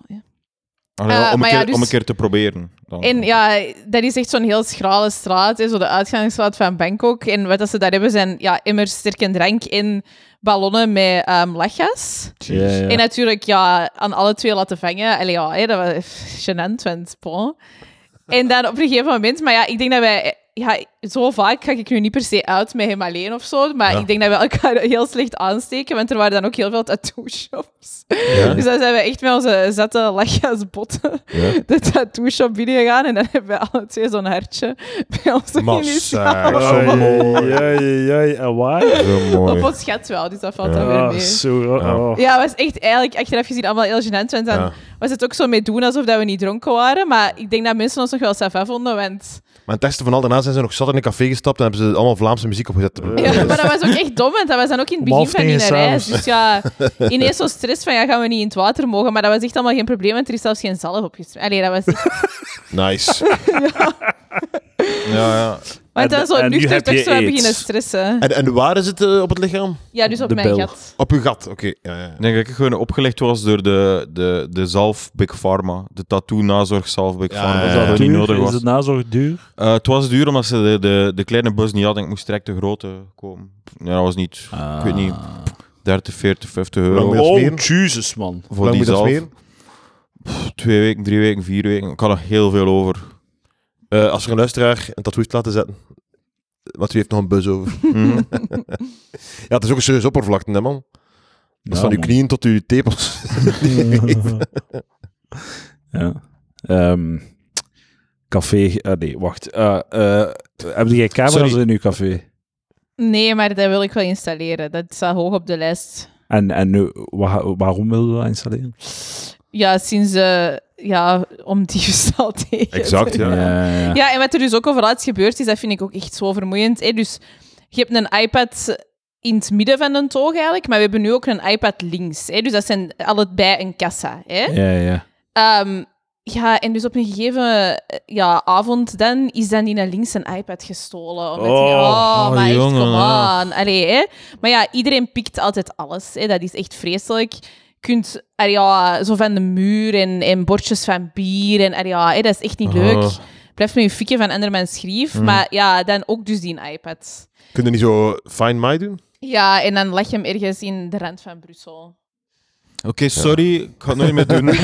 Speaker 4: om een keer te proberen. Dan.
Speaker 3: En ja, dat is echt zo'n heel schrale straat, hè, zo de uitgangsstraat van Bangkok. En wat ze daar hebben zijn immers sterke drank en ballonnen met lachgas.
Speaker 1: Ja.
Speaker 3: En natuurlijk aan alle twee laten vangen. Dat was gênant, want bon. En dan op een gegeven moment, maar ik denk dat wij... Ja, zo vaak ga ik nu niet per se uit met hem alleen of zo, maar ik denk dat we elkaar heel slecht aansteken, want er waren dan ook heel veel tattoo-shops. Ja. Dus dan zijn we echt met onze zette lachgasbotten de tattoo-shop binnengegaan en dan hebben we alle twee zo'n hartje bij onze initialen.
Speaker 1: En waar?
Speaker 3: Op ons schat wel, dus dat valt dan weer mee. Ja, het was echt eigenlijk achteraf gezien allemaal heel gênant, want dan was het ook zo mee doen alsof dat we niet dronken waren, maar ik denk dat mensen ons nog wel zelf vonden, want...
Speaker 2: Maar in het testen van al daarna zijn ze nog zat in een café gestapt en hebben ze allemaal Vlaamse muziek opgezet.
Speaker 3: Ja, maar dat was ook echt dom, want dat was dan ook in het begin van die reis. Dus ineens zo stress van, gaan we niet in het water mogen, maar dat was echt allemaal geen probleem, want er is zelfs geen zalf opgestrooid. Allee, dat was echt...
Speaker 2: Nice.
Speaker 4: Ja.
Speaker 3: Want dan zo
Speaker 1: en nu
Speaker 3: nuchter
Speaker 1: heb
Speaker 3: toch
Speaker 1: je
Speaker 3: zo
Speaker 1: aids.
Speaker 3: beginnen stressen.
Speaker 2: En waar is het op het lichaam?
Speaker 3: Ja, dus op
Speaker 1: De
Speaker 3: mijn
Speaker 1: bil.
Speaker 3: gat.
Speaker 2: Op uw gat, oké. Ja.
Speaker 4: Ik denk dat ik gewoon opgelegd was door de zalf Big Pharma. De tattoo-nazorgzalf Big
Speaker 2: Ja,
Speaker 4: Pharma.
Speaker 2: ja,
Speaker 4: Dat
Speaker 2: ja.
Speaker 4: dat niet nodig
Speaker 1: Is
Speaker 4: was.
Speaker 1: het nazorg duur?
Speaker 4: Het was duur omdat ze de kleine bus niet hadden. Ik moest direct de grote komen. Ja, dat was niet... Ik weet niet... 30, 40, 50
Speaker 2: Hoe lang moet
Speaker 4: euro
Speaker 2: je dat
Speaker 1: Oh,
Speaker 2: smeren?
Speaker 1: Jesus, man.
Speaker 4: voor
Speaker 2: Hoe lang
Speaker 4: die
Speaker 2: moet je dat
Speaker 4: zalf.
Speaker 2: smeren?
Speaker 4: 2 weken, 3 weken, 4 weken. Ik had nog heel veel over.
Speaker 2: Als er een luisteraar een tattoo heeft laten zetten, want u heeft nog een buzz over.
Speaker 4: Mhm.
Speaker 2: Ja, het is ook een serieus oppervlakte, hè, man. Dat is van uw knieën tot uw tepels.
Speaker 1: Ja. Café... nee, wacht. Heb jij camera's
Speaker 4: Sorry.
Speaker 1: in uw café?
Speaker 3: Nee, maar dat wil ik wel installeren. Dat staat hoog op de lijst.
Speaker 1: En nu, waarom wil je dat installeren?
Speaker 3: Ja, sinds... om diefstal tegen te
Speaker 2: Exact, ja.
Speaker 1: Ja.
Speaker 3: Ja, en wat er dus ook over laatst gebeurd is, dat vind ik ook echt zo vermoeiend. Hè? Dus je hebt een iPad in het midden van de toog eigenlijk, maar we hebben nu ook een iPad links. Hè? Dus dat zijn allebei een kassa. Hè?
Speaker 1: Ja.
Speaker 3: Ja, en dus op een gegeven avond dan is dan die naar links een iPad gestolen. Omdat maar echt,
Speaker 4: jongen,
Speaker 3: kom
Speaker 4: ja.
Speaker 3: aan. Allee, hè? Maar ja, iedereen pikt altijd alles. Hè? Dat is echt vreselijk. Je kunt zo van de muur en bordjes van bier. En hè? Dat is echt niet leuk. Blijf met je fikken van andermans schrief. Maar ja, dan ook dus die iPad.
Speaker 2: Kun je niet zo Find My doen?
Speaker 3: Ja, en dan leg je hem ergens in de rand van Brussel.
Speaker 4: Oké, sorry. Ik ga het nooit meer doen.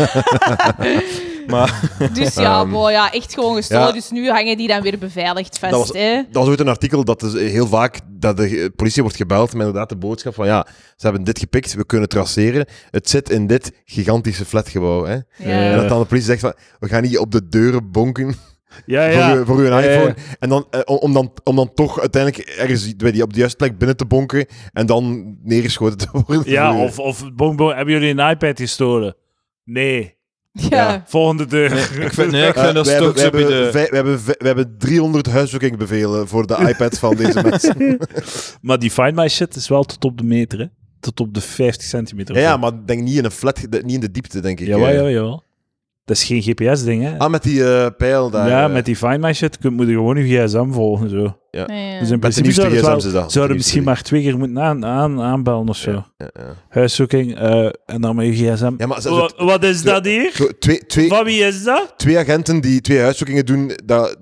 Speaker 4: Maar...
Speaker 3: Dus ja, echt gewoon gestolen.
Speaker 2: Ja.
Speaker 3: Dus nu hangen die dan weer beveiligd vast.
Speaker 2: Dat was-
Speaker 3: hè?
Speaker 2: Dat was ooit een artikel dat dus heel vaak dat de politie wordt gebeld met inderdaad de boodschap van ja, ze hebben dit gepikt, we kunnen traceren. Het zit in dit gigantische flatgebouw. Hè?
Speaker 3: Ja.
Speaker 2: En dat dan de politie zegt van, we gaan niet op de deuren bonken
Speaker 1: Ja.
Speaker 2: voor uw
Speaker 1: Ja, ja.
Speaker 2: iPhone. En dan, om dan toch uiteindelijk ergens bij die op de juiste plek binnen te bonken en dan neergeschoten te worden.
Speaker 1: Ja,
Speaker 2: voor u.
Speaker 1: of Bongbong, hebben jullie een iPad gestolen? Nee.
Speaker 3: Ja.
Speaker 1: Volgende deur.
Speaker 4: Ik vind dat
Speaker 2: we
Speaker 4: stok zo bij de...
Speaker 2: we hebben 300 huiszoekingbevelen voor de iPads van deze mensen.
Speaker 1: Maar die Find My shit is wel tot op de meter, hè? Tot op de 50 centimeter.
Speaker 2: Ja, maar ik denk niet in een flat, niet in de diepte, denk ik.
Speaker 1: Jawel. Dat is geen GPS-ding, hè?
Speaker 2: Ah, met die pijl daar.
Speaker 1: Ja, met die Find My shit moet je gewoon je gsm volgen, zo.
Speaker 2: Ja.
Speaker 3: Ja.
Speaker 1: Dus in
Speaker 2: Met de
Speaker 1: principe
Speaker 2: nieuwste
Speaker 1: zouden
Speaker 2: gsm's is dat.
Speaker 1: zouden
Speaker 2: De
Speaker 1: misschien
Speaker 2: nieuwste
Speaker 1: maar 2 keer moeten aanbellen of zo.
Speaker 2: Ja.
Speaker 1: Huiszoeking, en dan met je gsm.
Speaker 2: Ja, maar zelfs
Speaker 1: Wat is dat hier?
Speaker 2: zo
Speaker 1: Van wie is dat?
Speaker 2: twee agenten die 2 huiszoekingen doen,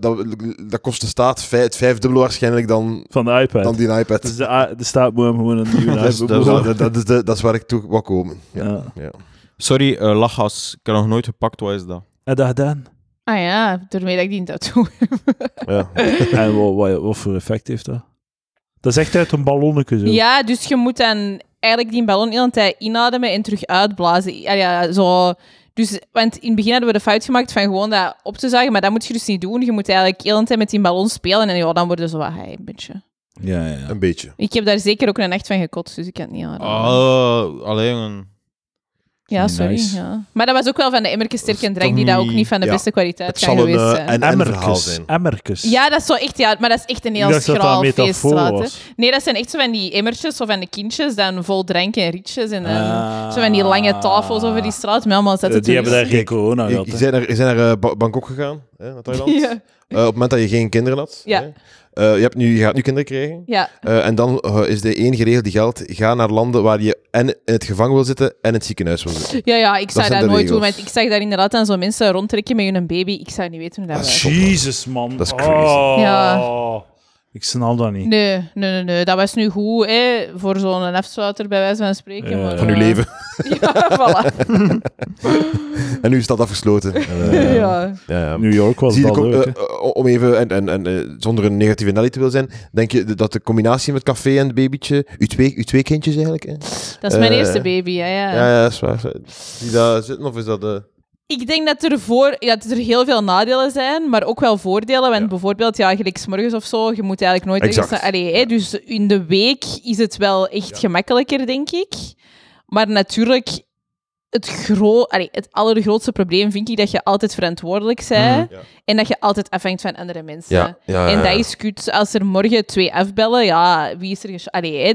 Speaker 2: dat kost de staat het 5-dubbele waarschijnlijk dan
Speaker 1: Van de iPad.
Speaker 2: die iPad.
Speaker 1: Dus de staat moet hem gewoon een nieuwe
Speaker 2: Dus
Speaker 1: iPad.
Speaker 2: dat is waar ik toe wou komen. Ja.
Speaker 4: Sorry, lachgas. Ik heb nog nooit gepakt. Wat is dat?
Speaker 1: Heb je dat gedaan?
Speaker 3: Ah ja, daarmee dat ik die in tattoo heb.
Speaker 2: Ja.
Speaker 1: En wat voor effect heeft dat? Dat is echt uit een ballonnetje zo.
Speaker 3: Ja, dus je moet dan eigenlijk die ballon de hele tijd inademen en terug uitblazen. Ja, zo. Dus, want in het begin hadden we de fout gemaakt van gewoon dat op te zuigen, maar dat moet je dus niet doen. Je moet eigenlijk de hele tijd met die ballon spelen en ja, dan worden zo wat high, een beetje.
Speaker 1: Ja.
Speaker 2: Een beetje.
Speaker 3: Ik heb daar zeker ook een nacht van gekotst, dus ik kan het niet aan.
Speaker 4: Alleen een...
Speaker 3: Ja, sorry.
Speaker 1: Nice.
Speaker 3: Ja. Maar dat was ook wel van de Emmerke sterk en
Speaker 4: Dat is
Speaker 3: drank, die
Speaker 4: toch
Speaker 3: dat ook
Speaker 4: niet-
Speaker 3: niet van de
Speaker 2: Ja.
Speaker 3: beste kwaliteit
Speaker 2: Het
Speaker 3: kan
Speaker 2: zal
Speaker 3: geweest
Speaker 2: een
Speaker 3: zijn.
Speaker 2: verhaal zijn.
Speaker 1: Emmerkes.
Speaker 3: Ja, dat is zo echt, ja, maar dat is echt een heel
Speaker 1: Ik dacht dat dat
Speaker 3: schraal
Speaker 1: een metafoor
Speaker 3: feeststraat. hè.
Speaker 1: was.
Speaker 3: Nee, dat zijn echt zo van die emmertjes, zo van de kindjes, dan vol drank en rietjes. En dan
Speaker 1: Ah.
Speaker 3: zo van die lange tafels over die straat, met allemaal zetten
Speaker 1: Die hebben daar
Speaker 3: toeristen.
Speaker 1: geen corona gehad.
Speaker 2: Je
Speaker 1: hè.
Speaker 2: zijn naar Bangkok gegaan, hè, naar Thailand.
Speaker 3: Ja.
Speaker 2: Op het moment dat je geen kinderen had.
Speaker 3: Ja.
Speaker 2: Hè. Je gaat nu kinderen krijgen.
Speaker 3: Ja,
Speaker 2: En dan is de enige regel die geldt, ga naar landen waar je en in het gevangen wil zitten en in het ziekenhuis wil zitten.
Speaker 3: ja, ik zou
Speaker 2: zijn
Speaker 3: dat
Speaker 2: de
Speaker 3: nooit doen,
Speaker 2: regels.
Speaker 3: want ik zag daar inderdaad dan zo mensen rondtrekken met hun baby. Ik zou niet weten hoe dat
Speaker 2: Dat is
Speaker 3: was.
Speaker 1: Jezus, man.
Speaker 2: Dat is crazy.
Speaker 1: Oh.
Speaker 3: Ja.
Speaker 1: Ik snap dat niet.
Speaker 3: Nee. Dat was nu goed, hè, voor zo'n afsluiter, bij wijze van spreken. Maar,
Speaker 2: Van uw leven.
Speaker 3: Ja, voilà.
Speaker 2: En nu is dat afgesloten. En,
Speaker 3: Ja.
Speaker 1: New York was
Speaker 2: Zie je
Speaker 1: het
Speaker 2: de
Speaker 1: al
Speaker 2: com-
Speaker 1: leuk, hè.
Speaker 2: om even, zonder een negatieve Nelly te willen zijn, denk je dat de combinatie met café en het babytje, uw twee kindjes eigenlijk, hè?
Speaker 3: Dat is mijn
Speaker 2: Eh,
Speaker 3: eerste baby, ja.
Speaker 2: Ja, dat is waar. Zie je dat zitten of is dat...
Speaker 3: Ik denk dat er heel veel nadelen zijn, maar ook wel voordelen. Want bijvoorbeeld, gelijk 's morgens of zo, je moet eigenlijk nooit
Speaker 2: Exact.
Speaker 3: ergens... Allee, hè, dus in de week is het wel echt gemakkelijker, denk ik. Maar natuurlijk, het allergrootste probleem vind ik dat je altijd verantwoordelijk bent.
Speaker 2: Ja.
Speaker 3: En dat je altijd afhangt van andere mensen.
Speaker 2: Ja.
Speaker 3: En dat is kut. Als er morgen 2 afbellen, wie is er...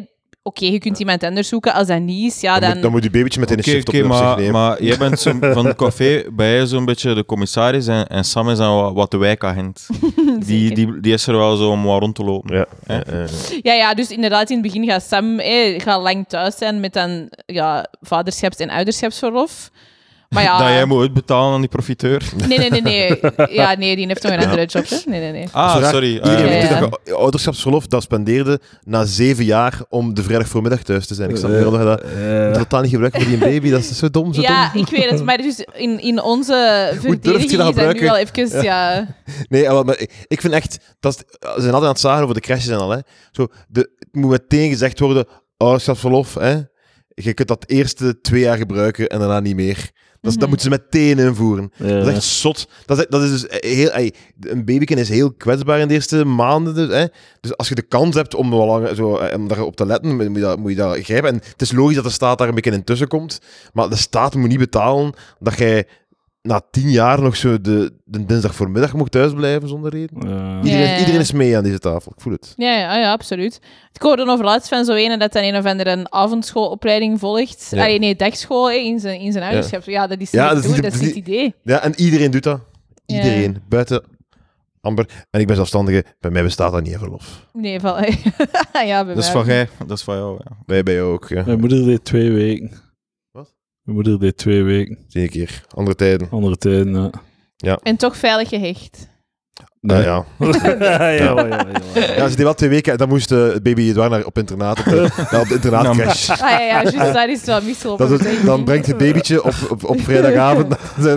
Speaker 3: oké, je kunt iemand anders zoeken. Als dat niet is, ja, dan...
Speaker 2: Dan moet je babytje meteen een shift op zich nemen.
Speaker 4: maar jij bent van het café, ben jij zo'n beetje de commissaris en Sam is dan wat de wijkagent. Die is er wel zo om wat rond te lopen.
Speaker 3: Ja, dus inderdaad, in het begin gaat Sam gaat lang thuis zijn met dan vaderschaps- en ouderschapsverlof. Maar ja...
Speaker 4: Dat jij moet uitbetalen aan die profiteur.
Speaker 3: Nee. Ja, nee, die heeft nog een andere job, hè. Nee.
Speaker 4: Sorry.
Speaker 2: Iedereen weet
Speaker 3: Ja.
Speaker 2: dat je ouderschapsverlof dat spendeerde na 7 jaar om de vrijdag voormiddag thuis te zijn. Ik snap niet dat je dat totaal niet gebruikt voor die baby. Dat is zo dom,
Speaker 3: Ja,
Speaker 2: dom.
Speaker 3: ik weet het, maar dus in onze
Speaker 2: durf je
Speaker 3: verdediging
Speaker 2: dat
Speaker 3: is dat nu
Speaker 2: gebruiken?
Speaker 3: wel even... Ja.
Speaker 2: Nee, maar ik vind echt... We zijn altijd aan het zagen over de crashes en al. Hè. Het moet meteen gezegd worden, ouderschapsverlof, hè. Je kunt dat eerste 2 jaar gebruiken en daarna niet meer. Dat moeten ze meteen invoeren.
Speaker 1: Ja.
Speaker 2: Dat is echt zot. Dat is dus heel... een babykin is heel kwetsbaar in de eerste maanden. Dus als je de kans hebt om wel langer, om daarop te letten, moet je dat grijpen. En het is logisch dat de staat daar een beetje in tussen komt. Maar de staat moet niet betalen dat jij na 10 jaar nog zo de dinsdag voormiddag mocht thuisblijven zonder reden. Iedereen is mee aan deze tafel. Ik voel het.
Speaker 3: Ja, absoluut. Ik hoorde over laatst van zo ene dat dan een of andere avondschoolopleiding volgt.
Speaker 2: Ja.
Speaker 3: Nee, dagschool in zijn ouderschap. Ja, dat is niet
Speaker 2: Ja,
Speaker 3: te doen, dat is niet het idee.
Speaker 2: Ja, en iedereen doet dat.
Speaker 3: Ja.
Speaker 2: Iedereen. Buiten Amber. En ik ben zelfstandige. Bij mij bestaat dat niet, verlof.
Speaker 3: Nee, ja, bij
Speaker 4: Dat is
Speaker 3: mij.
Speaker 4: van jij, dat is van jou. Ja.
Speaker 2: Bij jou ook. Ja.
Speaker 1: Mijn moeder deed 2 weken.
Speaker 2: Wat?
Speaker 1: Mijn moeder deed 2 weken.
Speaker 2: Zie een keer. Andere tijden.
Speaker 1: Andere tijden,
Speaker 3: En toch veilig gehecht.
Speaker 1: Nee.
Speaker 2: Ja.
Speaker 1: ja.
Speaker 2: Ja, ze deed wel 2 weken en dan moest het baby Edouard op internaat, op de internaatcrash.
Speaker 3: Ja, juist, daar is het wel misgelopen.
Speaker 2: Dan brengt het babytje op vrijdagavond,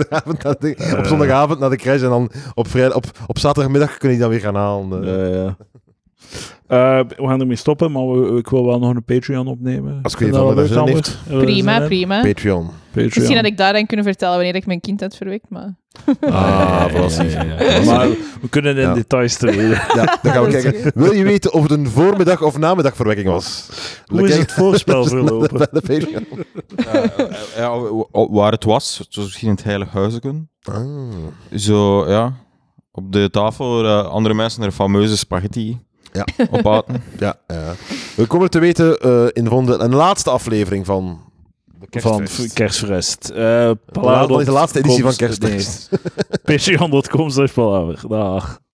Speaker 2: op zondagavond naar de crash en dan op zaterdagmiddag kun je dan weer gaan halen.
Speaker 1: Ja. We gaan ermee stoppen, maar ik wil wel nog een Patreon opnemen.
Speaker 2: Als ik weet wat dat zin heeft.
Speaker 3: Prima.
Speaker 2: Patreon.
Speaker 3: Misschien had ik daar dan kunnen vertellen wanneer ik mijn kind had verwekt, maar...
Speaker 2: Fantastisch.
Speaker 1: Maar we kunnen in details treden.
Speaker 2: Ja, dan gaan we kijken. Wil je weten of het een voormiddag of namiddagverwekking was?
Speaker 1: Hoe is het voorspel verlopen?
Speaker 2: Bij de Patreon.
Speaker 4: Waar het was, zoals misschien in het Heilig Huizen.
Speaker 2: Ah.
Speaker 4: Zo, ja. Op de tafel andere mensen er fameuze spaghetti opaten.
Speaker 2: Ja. We komen te weten in de laatste aflevering van de
Speaker 1: Van
Speaker 2: Kerstfest.
Speaker 1: Kerstfest.
Speaker 2: Dat is de laatste editie van Kerstfest.
Speaker 1: Patreon.com/palaver. Dag.